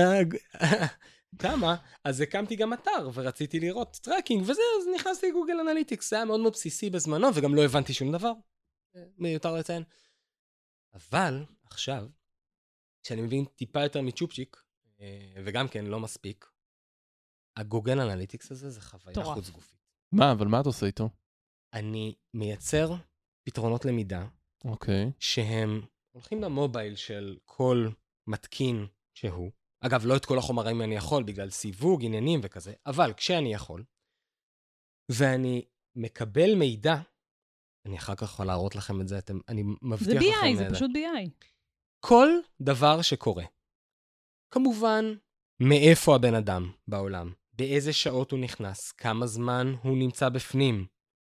כמה, אז הקמתי גם אתר, ורציתי לראות טרקינג, וזה, אז נכנסתי לגוגל אנליטיקס. זה היה מאוד מאוד בסיסי בזמנו, וגם לא הבנתי שום דבר. מיותר לציין. אבל, עכשיו, כשאני מבין טיפה יותר מצ'ופצ'יק, וגם כן לא מספיק, הגוגל אנליטיקס הזה זה חוויה חוץ גופית. מה, אבל מה אתה עושה איתו? אני מייצר פתרונות למידה, אוקיי. שהם הולכים למובייל של כל מתקין שהוא. אגב, לא את כל החומרים אני יכול, בגלל סיווג, עניינים וכזה, אבל כשאני יכול, ואני מקבל מידע, אני אחר כך יכול להראות לכם את זה, אני מבטיח לכם... זה BI, זה פשוט BI. כל דבר שקורה. כמובן, מאיפה הבן אדם בעולם, באיזה שעות הוא נכנס, כמה זמן הוא נמצא בפנים,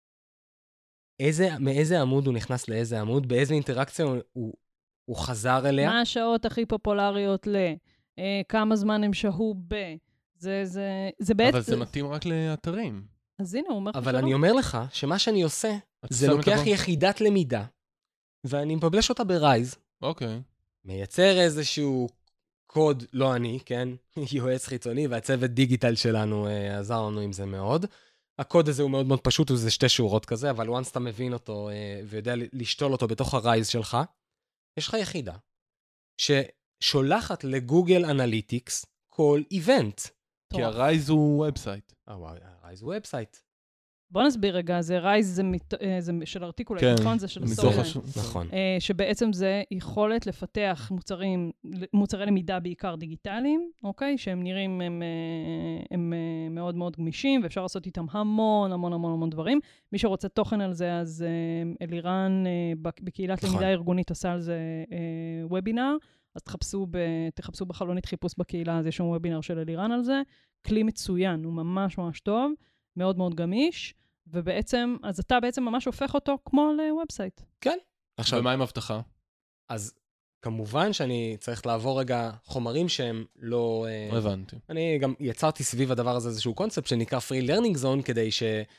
מאיזה עמוד הוא נכנס לאיזה עמוד, באיזה אינטראקציה הוא חזר אליה. מה השעות הכי פופולריות כמה זמן הם שהו זה בעצם... אבל זה מתאים רק לאתרים. אז הנה, הוא אומר לך אבל אני אומר לך שמה שאני עושה, זה לוקח יחידת למידה, ואני מבבלש אותה ברייז. אוקיי. מייצר איזשהו קוד, לא אני, כן? יועץ חיצוני, והצוות דיגיטל שלנו עזר לנו עם זה מאוד. הקוד הזה הוא מאוד מאוד פשוט, זה 2 שורות כזה, אבל once אתה מבין אותו ויודע לשתול אותו בתוך הרייז שלך, יש לך יחידה ששולחת לגוגל אנליטיקס כל איבנט. כי הרייז הוא ובסייט. הרייז הוא ובסייט. בוא נסביר רגע, זה רייז זה של ארטיקולט, נכון? זה של סולן. נכון. שבעצם זה יכולת לפתח מוצרי למידה בעיקר דיגיטליים, אוקיי? שהם נראים, הם מאוד מאוד גמישים, ואפשר לעשות איתם המון המון המון המון דברים. מי שרוצה תוכן על זה, אז אלירן בקהילת למידה ארגונית עשה על זה וובינר, אז תחפשו בחלונית חיפוש בקהילה, אז יש שם וובינר של אלירן על זה. כלי מצוין, הוא ממש ממש טוב. מאוד מאוד גמיש, ובעצם, אז אתה בעצם ממש הופך אותו כמו לוובסייט. כן. עכשיו, ומה עם הבטחה? אז כמובן שאני צריך לעבור רגע חומרים שהם לא... הבנתי. אני גם יצרתי סביב הדבר הזה איזשהו קונספט שנקרא Free Learning Zone, כדי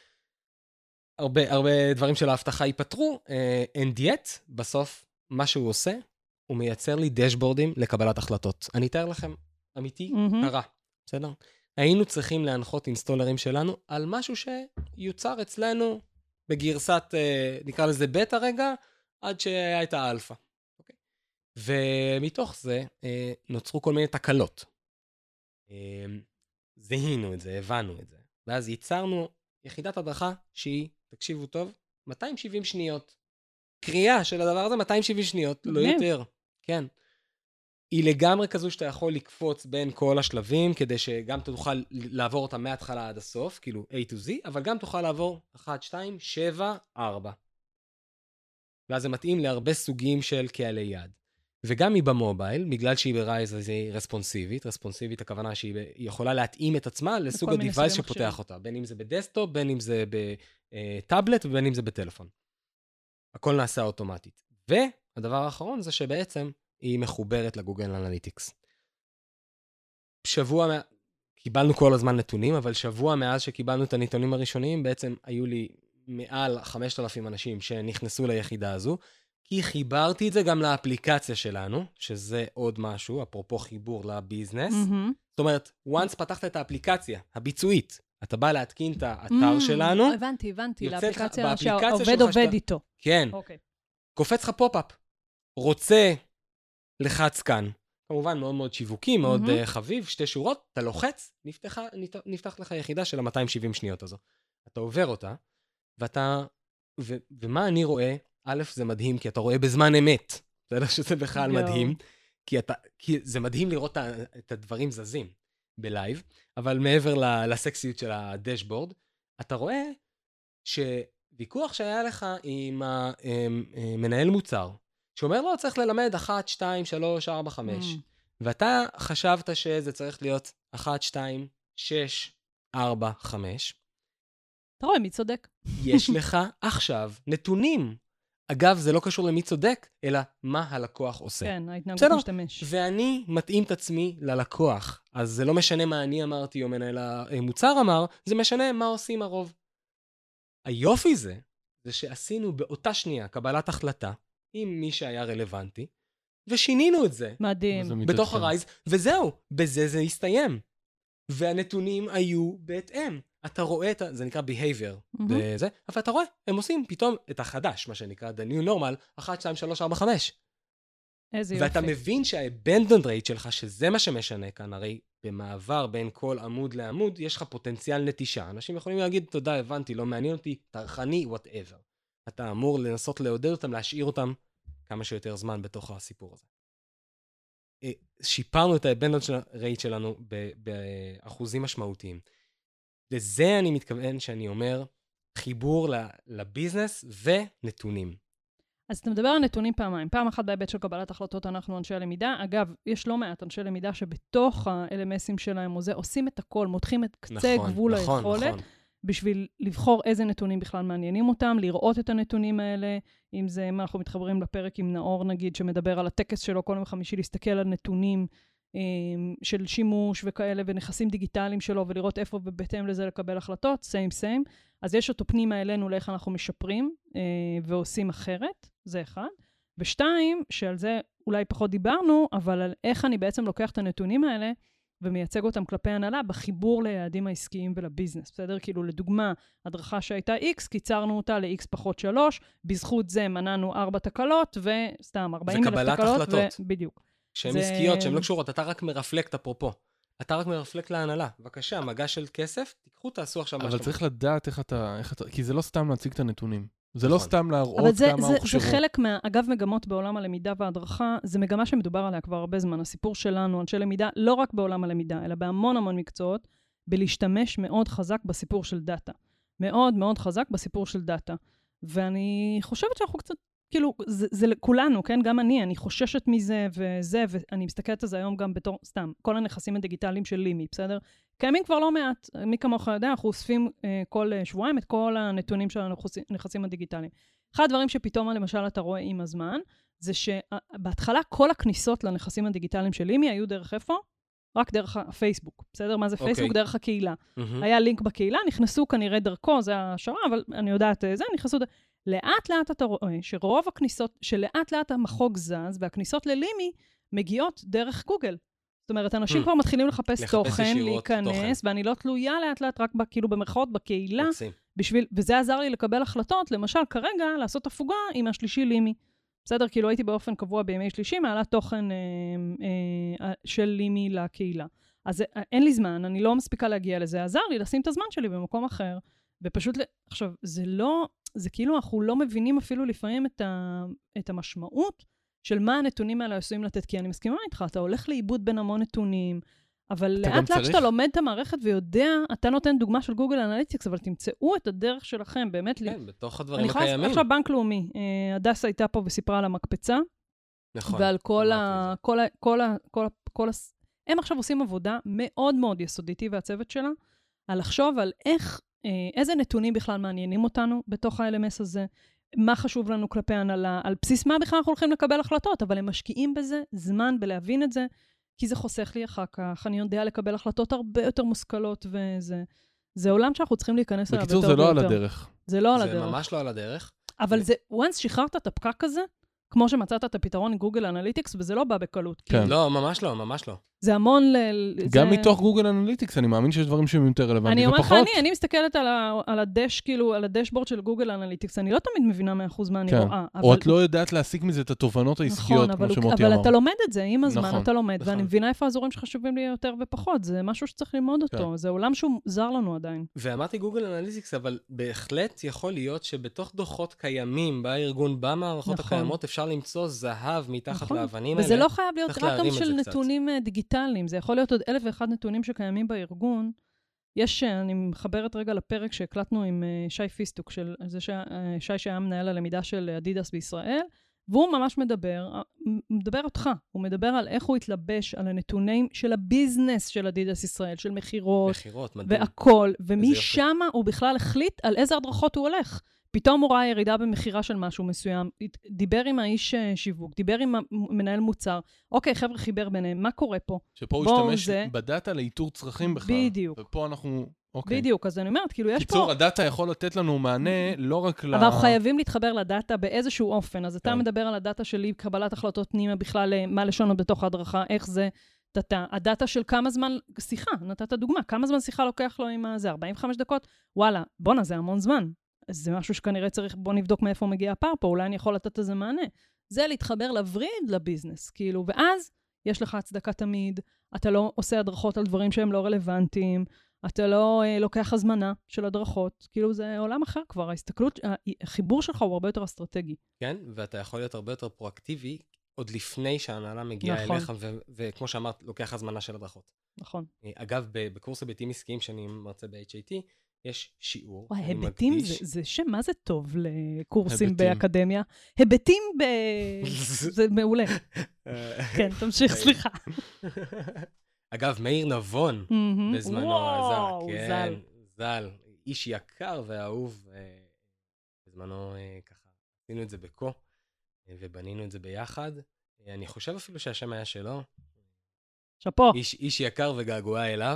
שהרבה דברים של ההבטחה ייפטרו, and yet, בסוף, מה שהוא עושה, הוא מייצר לי דשבורדים לקבלת החלטות. אני אתאר לכם, אמיתי, קרה. בסדר? היינו צריכים להנחות אינסטולרים שלנו על משהו שיוצר אצלנו בגרסת, נקרא לזה בטא רגע, עד שהייתה אלפא. אוקיי? ומתוך זה נוצרו כל מיני תקלות. זיהינו את זה, הבנו את זה. ואז ייצרנו יחידת הדרכה שהיא, תקשיבו טוב, 270 שניות. קריאה של הדבר הזה, 270 שניות, לא יותר. כן. היא לגמרי כזו שאתה יכול לקפוץ בין כל השלבים, כדי שגם תוכל לעבור אותה מההתחלה עד הסוף, כאילו A to Z, אבל גם תוכל לעבור 1, 2, 7, 4. ואז זה מתאים להרבה סוגים של קהלי יעד. וגם היא במובייל, בגלל שהיא ברייז אז היא רספונסיבית, רספונסיבית הכוונה שהיא יכולה להתאים את עצמה לסוג הדיווייס שפותח אותה, בין אם זה בדסקטופ, בין אם זה בטאבלט ובין אם זה בטלפון. הכל נעשה אוטומטית. והדבר האחרון זה שבעצם היא מחוברת לגוגל אנליטיקס. קיבלנו כל הזמן נתונים, אבל שבוע מאז שקיבלנו את הנתונים הראשוניים, בעצם היו לי מעל 5,000 אנשים שנכנסו ליחידה הזו, כי חיברתי את זה גם לאפליקציה שלנו, שזה עוד משהו, אפרופו חיבור לביזנס. זאת אומרת, once פתחת את האפליקציה הביצועית, אתה בא להתקין את האתר שלנו. הבנתי, לאפליקציה שהעובד עובד איתו. כן. קופץ לך פופ-אפ. רוצה לחץ כאן. כמובן מאוד מאוד שיווקי, מאוד חביב, 2 שורות, אתה לוחץ, נפתח לך יחידה של 270 שניות הזו. אתה עובר אותה, ומה אני רואה? א', זה מדהים, כי אתה רואה בזמן אמת. זה לא שזה בכלל מדהים, כי זה מדהים לראות את הדברים זזים בלייב, אבל מעבר לסקסיות של הדשבורד, אתה רואה שוויכוח שהיה לך עם מנהל מוצר, שאומר לו, צריך ללמד 1, 2, 3, 4, 5. ואתה חשבת שזה צריך להיות 1, 2, 6, 4, 5. אתה רואה מי צודק. יש לך עכשיו נתונים. אגב, זה לא קשור למי צודק, אלא מה הלקוח עושה. כן, ההתנהגות בסדר. משתמש. ואני מתאים את עצמי ללקוח. אז זה לא משנה מה אני אמרתי או מנהל המוצר אמר, זה משנה מה עושים הרוב. היופי זה שעשינו באותה שנייה קבלת החלטה עם מי שהיה רלוונטי, ושינינו את זה. מדהים. בתוך הרייז, וזהו, בזה זה הסתיים. והנתונים היו בהתאם. אתה רואה את זה נקרא behavior, בזה, אבל אתה רואה, הם עושים פתאום את החדש, מה שנקרא, the new normal, 1, 2, 3, 4, 5. איזה יופי. ואתה מבין שה-abandon rate שלך, שזה מה שמשנה כאן, הרי במעבר בין כל עמוד לעמוד, יש לך פוטנציאל נטישה. אנשים יכולים להגיד, תודה, הבנתי, לא מעניין אותי, טרחני, whatever. אתה אמור לנסות לעודד אותם, להשאיר אותם כמה שיותר זמן בתוך הסיפור הזה. שיפרנו את ה-abandon rate שלנו באחוזים משמעותיים. לזה אני מתכוון שאני אומר, חיבור לביזנס ונתונים. אז אתה מדבר על נתונים פעמיים. פעם אחת בהיבט של קבלת החלטות, אנחנו אנשי למידה. אגב, יש לא מעט אנשי למידה שבתוך ה-LMSים שלהם עושים את הכל, מותחים את קצה גבול היכולת, בשביל לבחור איזה נתונים בכלל מעניינים אותם, לראות את הנתונים האלה, אם זה, אם אנחנו מתחברים לפרק עם נאור נגיד, שמדבר על הטקס שלו כל יום חמישי, להסתכל על נתונים של שימוש וכאלה, ונכסים דיגיטליים שלו, ולראות איפה ובהתאם לזה לקבל החלטות, same. אז יש אותו פנימה אלינו לאיך אנחנו משפרים ועושים אחרת, זה אחד. ושתיים, שעל זה אולי פחות דיברנו, אבל על איך אני בעצם לוקח את הנתונים האלה, ומייצג אותם כלפי הנהלה, בחיבור ליעדים העסקיים ולביזנס. בסדר? כאילו, לדוגמה, הדרכה שהייתה X, קיצרנו אותה ל-X פחות 3, בזכות זה מנענו 4 תקלות, וסתם 40,000 תקלות. וקבלת החלטות. בדיוק. שהן עסקיות, שהן לא קשורות, אתה רק מרפלקט אפרופו. אתה רק מרפלקט להנהלה. בבקשה, מגע של כסף, תיקחו, תעשו עכשיו אבל צריך לדעת איך אתה, כי זה לא סתם להציג את הנתונים. זה לא סתם להראות כמה הוכשרו. זה חלק אגב, מגמות בעולם הלמידה וההדרכה, זה מגמה שמדובר עליה כבר הרבה זמן. הסיפור שלנו, אנשי למידה, לא רק בעולם הלמידה, אלא בהמון מקצועות, בלהשתמש מאוד חזק בסיפור של דאטה. מאוד מאוד חזק בסיפור של דאטה. ואני חושבת שאנחנו קצת, כאילו, זה לכולנו, כן? גם אני חוששת מזה וזה, ואני מסתכלת על זה היום גם בתור, סתם, כל הנכסים הדיגיטליים של לימי, בסדר? קיימים כבר לא מעט, מי כמוך יודע, אנחנו אוספים כל שבועיים את כל הנתונים של הנכסים הדיגיטליים. אחד הדברים שפתאום, למשל, אתה רואה עם הזמן, זה שבהתחלה כל הכניסות לנכסים הדיגיטליים של לימי היו דרך איפה? רק דרך הפייסבוק, בסדר? מה זה פייסבוק? דרך הקהילה. היה לינק בקהילה, נכנסו כנראה דרכו, זה השערה, אבל אני יודעת זה, נכנסו לאט לאט אתה רואה שרוב הכניסות, שלאט לאט המחוג זז, והכניסות ללימי מגיעות דרך גוגל. זאת אומרת, אנשים כבר מתחילים לחפש תוכן, להיכנס, ואני לא תלויה לאט לאט רק כאילו במרכאות בקהילה, וזה עזר לי לקבל החלטות, למשל כרגע לעשות הפוגה עם השלישי לימי. בסדר, כאילו הייתי באופן קבוע בימי שלישי, מעלה תוכן של לימי לקהילה. אז אין לי זמן, אני לא מספיקה להגיע לזה, עזר לי לשים את הזמן שלי במקום אחר, ופשוט, עכשיו, זה כאילו אנחנו לא מבינים אפילו לפעמים את המשמעות של מה הנתונים האלה עשויים לתת, כי אני מסכימה איתך, אתה הולך לאיבוד בין המון נתונים, אבל לאט לאט שאתה לומד את המערכת ויודע, אתה נותן דוגמה של גוגל אנליטיקס, אבל תמצאו את הדרך שלכם, באמת. כן, בתוך הדברים הקיימים. עכשיו בנק לאומי, הדס הייתה פה וסיפרה על המקפצה, נכון. ועל הם עכשיו עושים עבודה מאוד מאוד יסודית, והצוות שלה, על לחשוב על איזה נתונים בכלל מעניינים אותנו בתוך ה-LMS הזה, מה חשוב לנו כלפי הנהלה, על בסיס מה בכלל אנחנו הולכים לקבל החלטות, אבל הם משקיעים בזה זמן בלהבין את זה, כי זה חוסך לי אחר כך, אני יודע לקבל החלטות הרבה יותר מושכלות, זה עולם שאנחנו צריכים להיכנס אליו. בקיצור, זה לא על הדרך. זה לא על הדרך. זה ממש לא על הדרך. אבל זה, once שחררת את הפקק הזה, כמו שמצאת את הפתרון עם גוגל אנליטיקס, וזה לא בא בקלות. כן. לא, ממש לא, ממש לא. זה המון גם מתוך גוגל אנליטיקס, אני מאמין שיש דברים שהם יותר רלוונטיים. אני אומר לך, אני מסתכלת על הדש, כאילו, על הדשבורד של גוגל אנליטיקס, אני לא תמיד מבינה 100% מה אני רואה. או את לא יודעת להסיק מזה את התובנות העסקיות, כמו שמוטי אמר. אבל אתה לומד את זה, עם הזמן אתה לומד, ואני מבינה איפה האזורים שחשובים לי יותר ופחות, זה משהו שצריך ללמוד אותו, זה עולם שהוא זר לנו עדיין. ואמרתי גוגל אנליטיקס, אבל בהחלט יכול להיות שבתוך דוחות קיימים בארגון, במערכות הקיימות, אפשר למצוא זהב מתחת לאבנים האלה. וזה לא חייב להיות רק גם של נתונים דיגיטליים, זה יכול להיות עוד 1,001 נתונים שקיימים בארגון. אני מחברת רגע לפרק שהקלטנו עם שי פיסטוק, שי שהיה מנהל הלמידה של אדידס בישראל, והוא ממש מדבר אותך, הוא מדבר על איך הוא התלבש על הנתונים של הביזנס של אדידס ישראל, של מחירות, מדהים. והכל, ומשם הוא בכלל החליט על איזה הדרכות הוא הולך. פתאום הוא ראה ירידה במחירה של משהו מסוים, דיבר עם האיש שיווק, דיבר עם מנהל מוצר, אוקיי, חבר'ה חיבר ביניהם, מה קורה פה? שפה הוא השתמש בדאטה לאיתור צרכים בכלל. בדיוק. ופה אנחנו, אוקיי. בדיוק, אז אני אומרת, כאילו יש פה... קיצור, הדאטה יכול לתת לנו מענה לא רק אבל אנחנו חייבים להתחבר לדאטה באיזשהו אופן, אז אתה מדבר על הדאטה שלי, קבלת החלטות פנימה בכלל, מה לשונות בתוך ההדרכה, איך זה... הדאטה של כמה זמן שיחה, נתת דוגמה, כמה זמן שיחה לוקח לו עם זה, 45 דקות, וואלה, בונה, זה המון זמן. אז זה משהו שכנראה צריך, בוא נבדוק מאיפה מגיע הפער פה, אולי אני יכול לתת איזה מענה. זה להתחבר לווריד לביזנס, כאילו, ואז יש לך הצדקה תמיד, אתה לא עושה הדרכות על דברים שהם לא רלוונטיים, אתה לא לוקח הזמנה של הדרכות, כאילו זה עולם אחר כבר, ההסתכלות, החיבור שלך הוא הרבה יותר אסטרטגי. כן, ואתה יכול להיות הרבה יותר פרואקטיבי, עוד לפני שההנהלה מגיעה אליך, וכמו שאמרת, לוקח הזמנה של הדרכות. נכון. אגב, בקורס היבטים עסקיים שאני מרצה ב-HIT, יש שיעור. וואי, היבטים זה שם, מה זה טוב לקורסים באקדמיה? היבטים זה מעולה. כן, תמשיך, סליחה. אגב, מאיר נבון, בזמנו, זל. זל, איש יקר ואהוב, בזמנו ככה, עשינו את זה בקו, ובנינו את זה ביחד. אני חושב אפילו שהשם היה שלו. שפו. איש יקר וגעגועה אליו.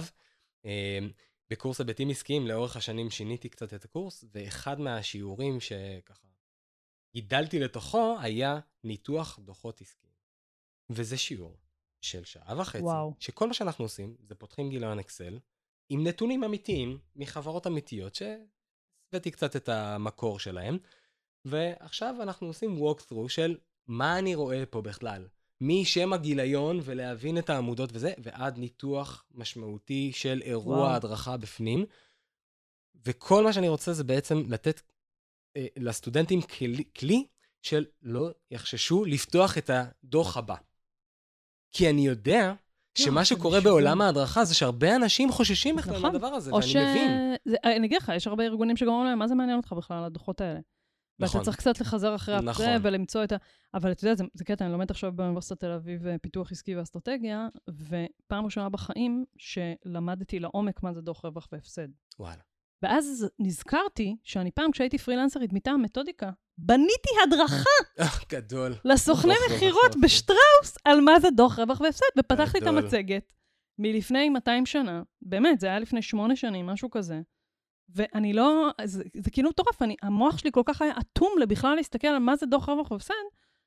בקורס היבטים עסקיים, לאורך השנים שיניתי קצת את הקורס, ואחד מהשיעורים שככה גידלתי לתוכו היה ניתוח דוחות עסקיים. וזה שיעור של שעה וחצי, שכל מה שאנחנו עושים זה פותחים גיליון אקסל, עם נתונים אמיתיים מחברות אמיתיות, שהבאתי קצת את המקור שלהם, ועכשיו אנחנו עושים walkthrough של מה אני רואה פה בכלל. משם הגיליון ולהבין את העמודות וזה, ועד ניתוח משמעותי של אירוע הדרכה בפנים. וכל מה שאני רוצה זה בעצם לתת לסטודנטים כלי של לא יחששו לפתוח את הדוח הבא. כי אני יודע שמה שקורה בעולם ההדרכה זה שהרבה אנשים חוששים בכלל מהדבר הזה, ואני מבין. אני אגיד לך, יש הרבה ארגונים שגורמים להם, מה זה מעניין אותך בכלל על הדוחות האלה? ואתה צריך קצת לחזר אחרי זה ולמצוא את ה... אבל אתה יודע, זה קטע, אני לומד עכשיו באוניברסיטת תל אביב פיתוח עסקי ואסטרטגיה, ופעם ראשונה בחיים שלמדתי לעומק מה זה דוח רווח והפסד. וואלה. ואז נזכרתי שאני פעם כשהייתי פרילנסרית מטעם מתודיקה, בניתי הדרכה גדול. לסוכני מחירות בשטראוס על מה זה דוח רווח והפסד, ופתחתי את המצגת מלפני 200 שנה, באמת, זה היה לפני 8 שנים, משהו כזה. ואני לא, זה כאילו מטורף, המוח שלי כל כך היה אטום לבכלל להסתכל על מה זה דוח רווח והפסד,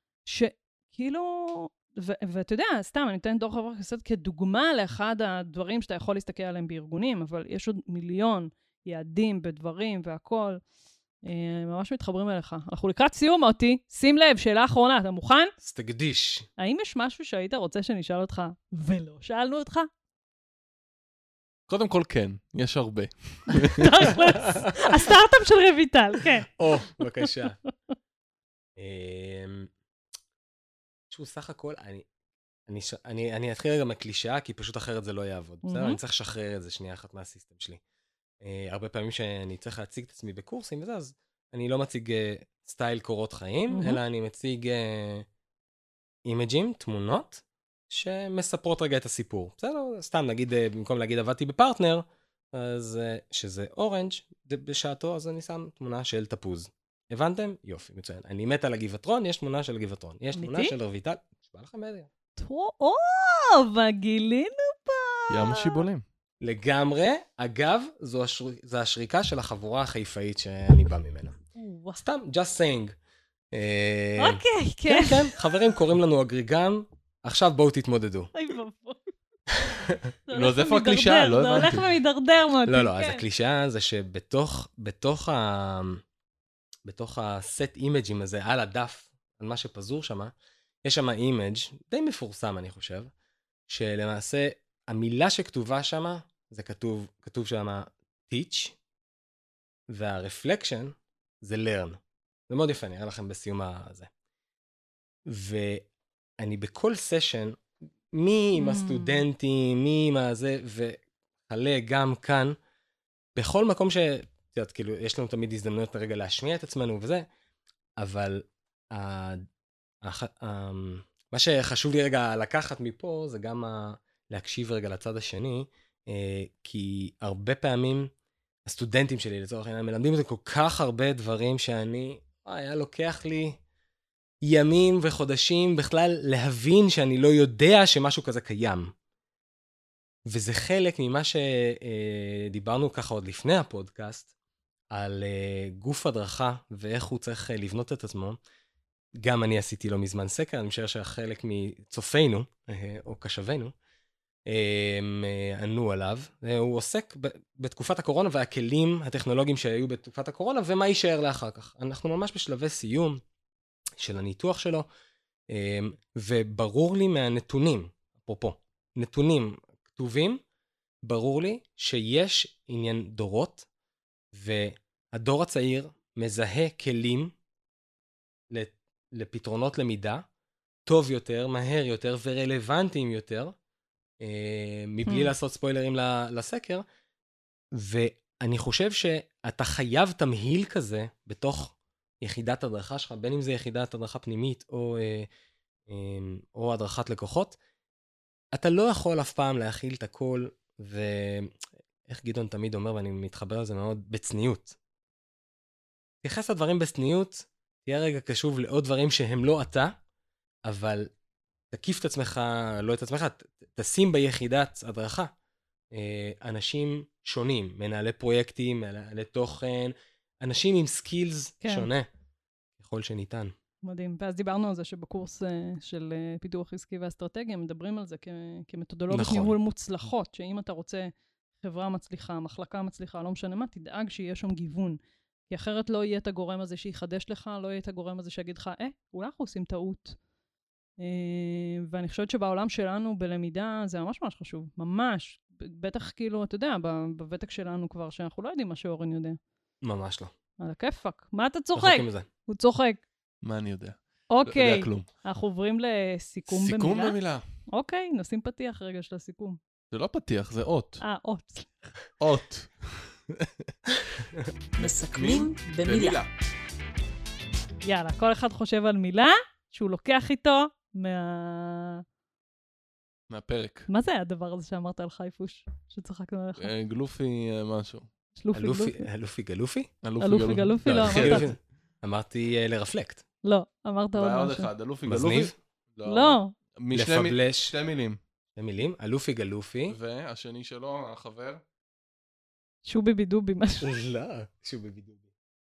שכאילו, ואתה יודע, סתם, אני אתן דוח רווח והפסד כדוגמה לאחד הדברים שאתה יכול להסתכל עליהם בארגונים, אבל יש עוד מיליון יעדים בדברים והכל, ממש מתחברים אליך. אנחנו לקראת סיום, אותי, שים לב, שאלה אחרונה, אתה מוכן? אז תקדיש. האם יש משהו שהיית רוצה שנשאל אותך ולא שאלנו אותך? קודם כל כן, יש הרבה. הסטארט-אפ של רויטל, כן. בבקשה. שהוא סך הכל, אני אתחיל רגע מקלישאה, כי פשוט אחרת זה לא יעבוד. בסדר? אני צריך לשחרר את זה שנייה אחת מהסיסטם שלי. הרבה פעמים שאני צריך להציג את עצמי בקורסים וזה, אז אני לא מציג סטייל קורות חיים, אלא אני מציג אימג'ים, תמונות, שמספרות רגע את הסיפור. בסדר? סתם נגיד, במקום להגיד עבדתי בפרטנר, אז שזה אורנג' בשעתו, אז אני שם תמונה של תפוז. הבנתם? יופי, מצוין. אני מת על הגבעתרון, יש תמונה של הגבעתרון. יש תמונה של רויטל. נשבע לכם מדיה. גילינו פה. ים השיבולים. לגמרי. אגב, זו השריקה של החבורה החיפאית שאני בא ממנה. סתם, just saying. אוקיי, כן. כן, חברים, קוראים לנו אגריגם. עכשיו בואו תתמודדו. לא, זה איפה הקלישאה, לא הבנתי. זה הולך ומדרדר מותי. לא, אז הקלישאה זה שבתוך הסט אימג'ים הזה, על הדף, על מה שפזור שם, יש שם אימג' די מפורסם, אני חושב, שלמעשה המילה שכתובה שם, זה כתוב שם teach, והרפלקשן זה learn. זה מאוד יפה, נראה לכם בסיום הזה. ואני בכל סשן, מי עם הסטודנטים, מי עם הזה, וחלה גם כאן, בכל מקום יודעת, כאילו, יש לנו תמיד הזדמנויות רגע להשמיע את עצמנו וזה, אבל מה שחשוב לי רגע לקחת מפה, זה גם להקשיב רגע לצד השני, כי הרבה פעמים הסטודנטים שלי, לצורך העניין, מלמדים את זה כל כך הרבה דברים שאני, היה לוקח לי ימים וחודשים בכלל להבין שאני לא יודע שמשהו כזה קיים. וזה חלק ממה שדיברנו ככה עוד לפני הפודקאסט, על גוף הדרכה ואיך הוא צריך לבנות את עצמו. גם אני עשיתי לא מזמן סקר, אני משער שהחלק מצופינו, או קשבנו, ענו עליו. הוא עוסק בתקופת הקורונה והכלים הטכנולוגיים שהיו בתקופת הקורונה, ומה יישאר לאחר כך. אנחנו ממש בשלבי סיום של הניתוח שלו, וברור לי מהנתונים, אפרופו, נתונים כתובים, ברור לי שיש עניין דורות, והדור הצעיר מזהה כלים לפתרונות למידה, טוב יותר, מהר יותר ורלוונטיים יותר, מבלי לעשות ספוילרים לסקר, ואני חושב שאתה חייב תמהיל כזה בתוך יחידת הדרכה שלך, בין אם זה יחידת הדרכה פנימית או הדרכת לקוחות, אתה לא יכול אף פעם להכיל את הכל, ואיך גדעון תמיד אומר, ואני מתחבר לזה מאוד, בצניעות. תייחס לדברים בצניעות, תהיה רגע קשוב לעוד דברים שהם לא אתה, אבל תקיף את עצמך, לא את עצמך, תשים ביחידת הדרכה אנשים שונים, מנהלי פרויקטים, מנהלי תוכן, אנשים עם סקילס שונה, ככל שניתן. מדהים. ואז דיברנו על זה שבקורס של פיתוח עסקי ואסטרטגיה, מדברים על זה כמתודולוגיות ניהול מוצלחות, שאם אתה רוצה חברה מצליחה, מחלקה מצליחה, לא משנה מה, תדאג שיהיה שם גיוון. כי אחרת לא יהיה את הגורם הזה שיחדש לך, לא יהיה את הגורם הזה שיגיד לך, אולי אנחנו עושים טעות. ואני חושבת שבעולם שלנו בלמידה זה ממש ממש חשוב. ממש. בטח כאילו, אתה יודע, בוותק שלנו כבר, שאנחנו לא יודעים מה שאורן יודע. ממש לא. על הכיפק. מה אתה צוחק? הוא צוחק. מה אני יודע? אוקיי. לא יודע כלום. אנחנו עוברים לסיכום במילה. סיכום במילה. אוקיי, נשים פתיח רגע של הסיכום. זה לא פתיח, זה אות. אות. אות. מסכמים במילה. יאללה, כל אחד חושב על מילה שהוא לוקח איתו מהפרק. מה זה הדבר הזה שאמרת על חייפוש? שצחקנו עליך? גלופי משהו. אלופי גלופי? אלופי גלופי? לא, אמרת. אמרתי לרפלקט. לא, אמרת עוד משהו. עוד אחד, אלופי גלופי? מזניב? לא. לפבלש. שתי מילים. שתי מילים, אלופי גלופי. והשני שלו, החבר? שובי בידובי, משהו. לא, שובי בידובי.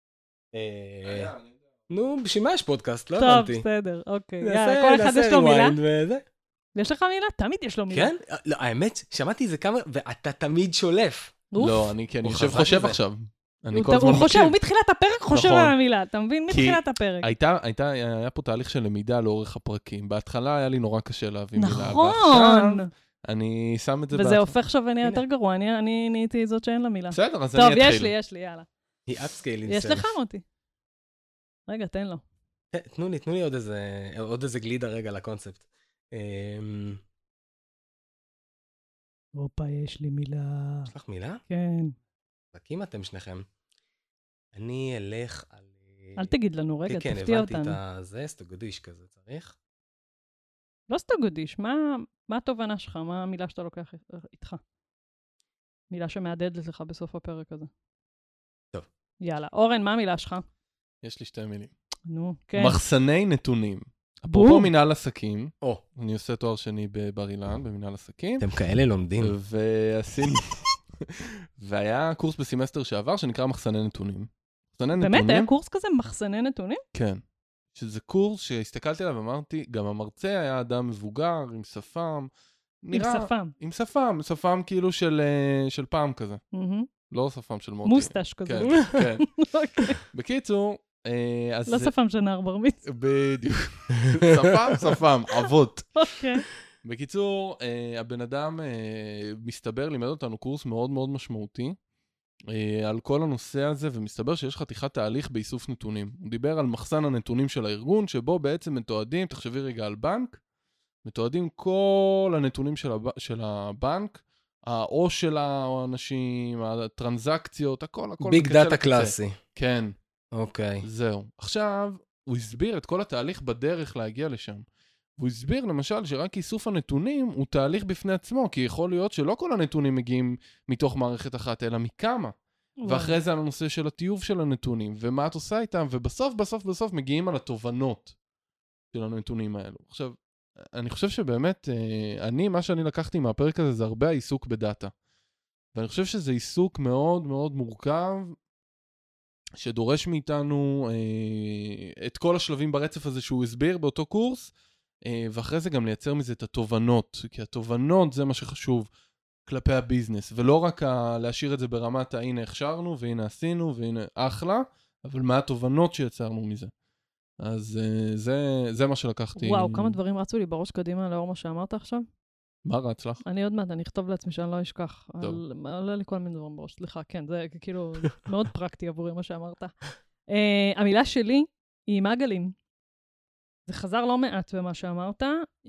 נו, בשביל מה יש פודקאסט? לא טוב, הבנתי. בסדר, אוקיי. יאללה, כל אחד יש לו מילה? יש לך מילה? תמיד יש לו מילה. כן? לא, האמת, שמעתי איזה כמה, ואתה תמיד שולף. לא, אני חושב עכשיו. הוא חושב, הוא מתחילת הפרק חושב על המילה, אתה מבין? מתחילת הפרק. היה פה תהליך של למידה לאורך הפרקים. בהתחלה היה לי נורא קשה להביא מילה. נכון. אני שם את זה וזה הופך שווה נהיה יותר גרוע, אני נהייתי זאת שאין לה מילה. בסדר, אז אני אתחיל. טוב, יש לי, יאללה. היא אפסקייל. יש לך מוטי. רגע, תן לו. תנו לי עוד איזה גלידה רגע לקונספט. אופה, יש לי מילה. יש לך מילה? כן. חכים אתם שניכם. אני אלך על... אל תגיד לנו, רגע, תפתיע אותנו. כן, הבנתי את זה, סטוגדיש כזה צריך. לא סטוגדיש, מה התובנה שלך? מה המילה שאתה לוקח איתך? מילה שמעדדת לך בסוף הפרק הזה. טוב. יאללה, אורן, מה המילה שלך? יש לי שתי מילים. נו, כן. מחסני נתונים. אפרופו מנהל עסקים, אני עושה תואר שני בבר אילן, במנהל עסקים. אתם כאלה לומדים. ועשינו... והיה קורס בסמסטר שעבר שנקרא מחסני נתונים. באמת? היה קורס כזה מחסני נתונים? כן. שזה קורס שהסתכלתי עליו ואמרתי, גם המרצה היה אדם מבוגר, עם שפם. עם שפם. עם שפם, שפם כאילו של פעם כזה. לא שפם של מוטי. מוסטש כזה. כן. בקיצור, אז... לא שפם של נער בר מצווה. בדיוק. שפם, אבות. אוקיי. בקיצור, הבן אדם מסתבר, לימד אותנו קורס מאוד מאוד משמעותי על כל הנושא הזה, ומסתבר שיש חתיכת תהליך באיסוף נתונים. הוא דיבר על מחסן הנתונים של הארגון, שבו בעצם מתועדים, תחשבי רגע על בנק, מתועדים כל הנתונים של הבנק, העו"ש של האנשים, הטרנזקציות, הכל. ביג דאטה קלאסי. כן. אוקיי. זהו. עכשיו, הוא הסביר את כל התהליך בדרך להגיע לשם. הוא הסביר למשל שרק איסוף הנתונים הוא תהליך בפני עצמו, כי יכול להיות שלא כל הנתונים מגיעים מתוך מערכת אחת, אלא מכמה. ואחרי זה על הנושא של הטיוב של הנתונים, ומה את עושה איתם, ובסוף מגיעים על התובנות של הנתונים האלו. עכשיו, אני חושב שבאמת, מה שאני לקחתי מהפרק הזה, זה הרבה העיסוק בדאטה. ואני חושב שזה עיסוק מאוד מאוד מורכב, שדורש מאיתנו את כל השלבים ברצף הזה שהוא הסביר באותו קורס, ואחרי זה גם לייצר מזה את התובנות, כי התובנות זה מה שחשוב כלפי הביזנס, ולא רק להשאיר את זה ברמת הנה הכשרנו, והנה עשינו, והנה אחלה, אבל מה התובנות שיצרנו מזה. אז זה מה שלקחתי. וואו, כמה דברים רצו לי בראש קדימה לאור מה שאמרת עכשיו. מה רץ לך? אני עוד מעט, אני אכתוב לעצמי שאני לא אשכח. עולה לי כל מיני דברים בראש, סליחה, כן, זה כאילו מאוד פרקטי עבורי מה שאמרת. המילה שלי היא מעגלים. זה חזר לא מעט במה שאמרת,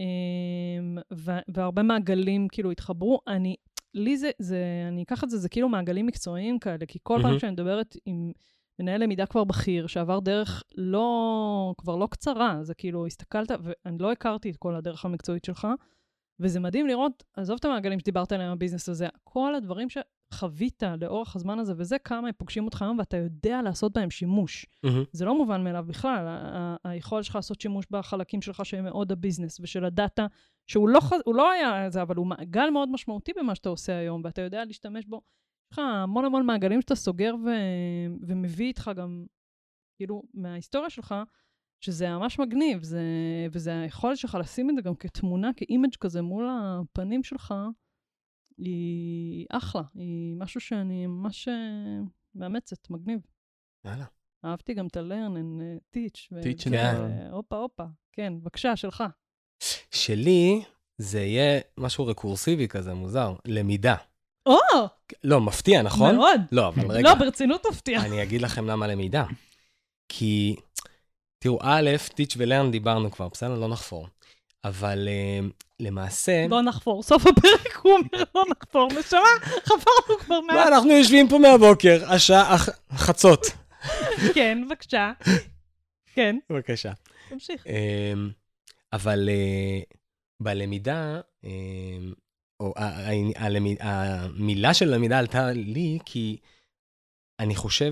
והרבה מעגלים כאילו התחברו. אני אקח את זה, זה כאילו מעגלים מקצועיים כאלה, כי כל פעם שאני מדברת עם מנהל למידה כבר בכיר, שעבר דרך כבר לא קצרה, זה כאילו הסתכלת, ואני לא הכרתי את כל הדרך המקצועית שלך, וזה מדהים לראות, עזוב את המעגלים שדיברת עליהם בביזנס הזה, כל הדברים שחווית לאורך הזמן הזה, וזה כמה הם פוגשים אותך היום, ואתה יודע לעשות בהם שימוש. זה לא מובן מאליו בכלל, היכולת שלך לעשות שימוש בחלקים שלך שהם מאוד הביזנס, ושל הדאטה, שהוא לא היה זה, אבל הוא מעגל מאוד משמעותי במה שאתה עושה היום, ואתה יודע להשתמש בו. יש לך המון מעגלים שאתה סוגר ומביא איתך גם, כאילו, מההיסטוריה שלך, שזה ממש מגניב, וזה היכולת שלך לשים את זה גם כתמונה, כאימג' כזה מול הפנים שלך, היא אחלה, היא משהו שאני ממש מאמצת, מגניב. יאללה. אהבתי גם את ה-learn and teach. teach הופה, כן, בבקשה, שלך. שלי, זה יהיה משהו רקורסיבי כזה, מוזר, למידה. או! לא, מפתיע, נכון? מאוד. לא, אבל רגע. לא, ברצינות מפתיע. אני אגיד לכם למה למידה. כי, תראו, א', teach ו-learn דיברנו כבר, בסדר? לא נחפור. אבל למעשה... לא נחפור, סוף הפרק הוא אומר לא נחפור, נשמה, חפרנו כבר מה... אנחנו יושבים פה מהבוקר, השעה חצות. כן, בבקשה. כן. בבקשה. תמשיך. אבל בלמידה, או המילה של למידה עלתה לי, כי אני חושב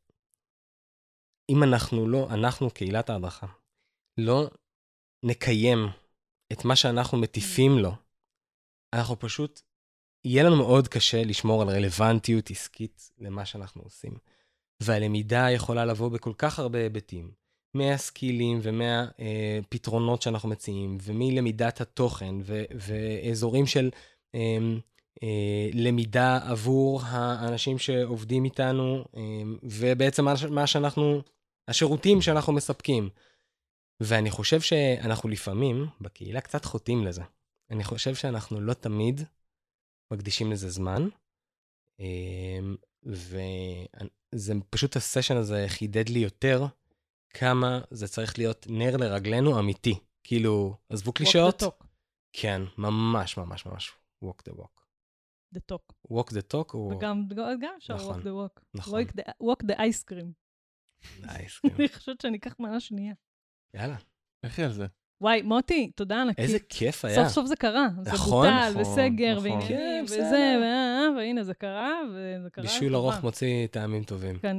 שאם אנחנו קהילת ההדרכה, לא נקיים את מה שאנחנו מטיפים לו, אנחנו פשוט, יהיה לנו מאוד קשה לשמור על רלוונטיות עסקית למה שאנחנו עושים. והלמידה יכולה לבוא בכל כך הרבה היבטים, מהסקילים ומהפתרונות שאנחנו מציעים, ומלמידת התוכן, ואזורים של למידה עבור האנשים שעובדים איתנו, ובעצם מה שאנחנו, השירותים שאנחנו מספקים. ואני חושב שאנחנו לפעמים, בקהילה, קצת חוטאים לזה. אני חושב שאנחנו לא תמיד מקדישים לזה זמן, וזה פשוט הסשן הזה חידד לי יותר, כמה זה צריך להיות נר לרגלנו אמיתי. כאילו, עזבו קלישאות. walk the talk. כן, ממש, ממש, ממש. walk the walk. the talk. walk the talk הוא... וגם אפשר נכון, walk the walk. נכון. walk the ice cream. נייס. אני חושבת שאני אקח מנה שנייה. יאללה. איך היא על זה? וואי, מוטי, תודה ענקית. איזה כיף היה. סוף סוף זה קרה. זה נכון, בוטל, נכון, וסגר, נכון. ועניינים, כן, וזה, בסדר. והנה זה קרה, וזה קרה. בישול ארוך מוציא טעמים טובים. כן,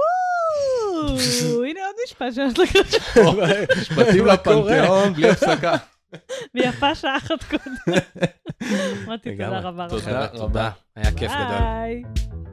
הנה עוד משפט שיש לקראת. משפטים לפנתיאון, בלי הפסקה. ויפה שעה אחת קודם. מוטי, תודה רבה. תודה רבה. היה כיף גדול. ביי.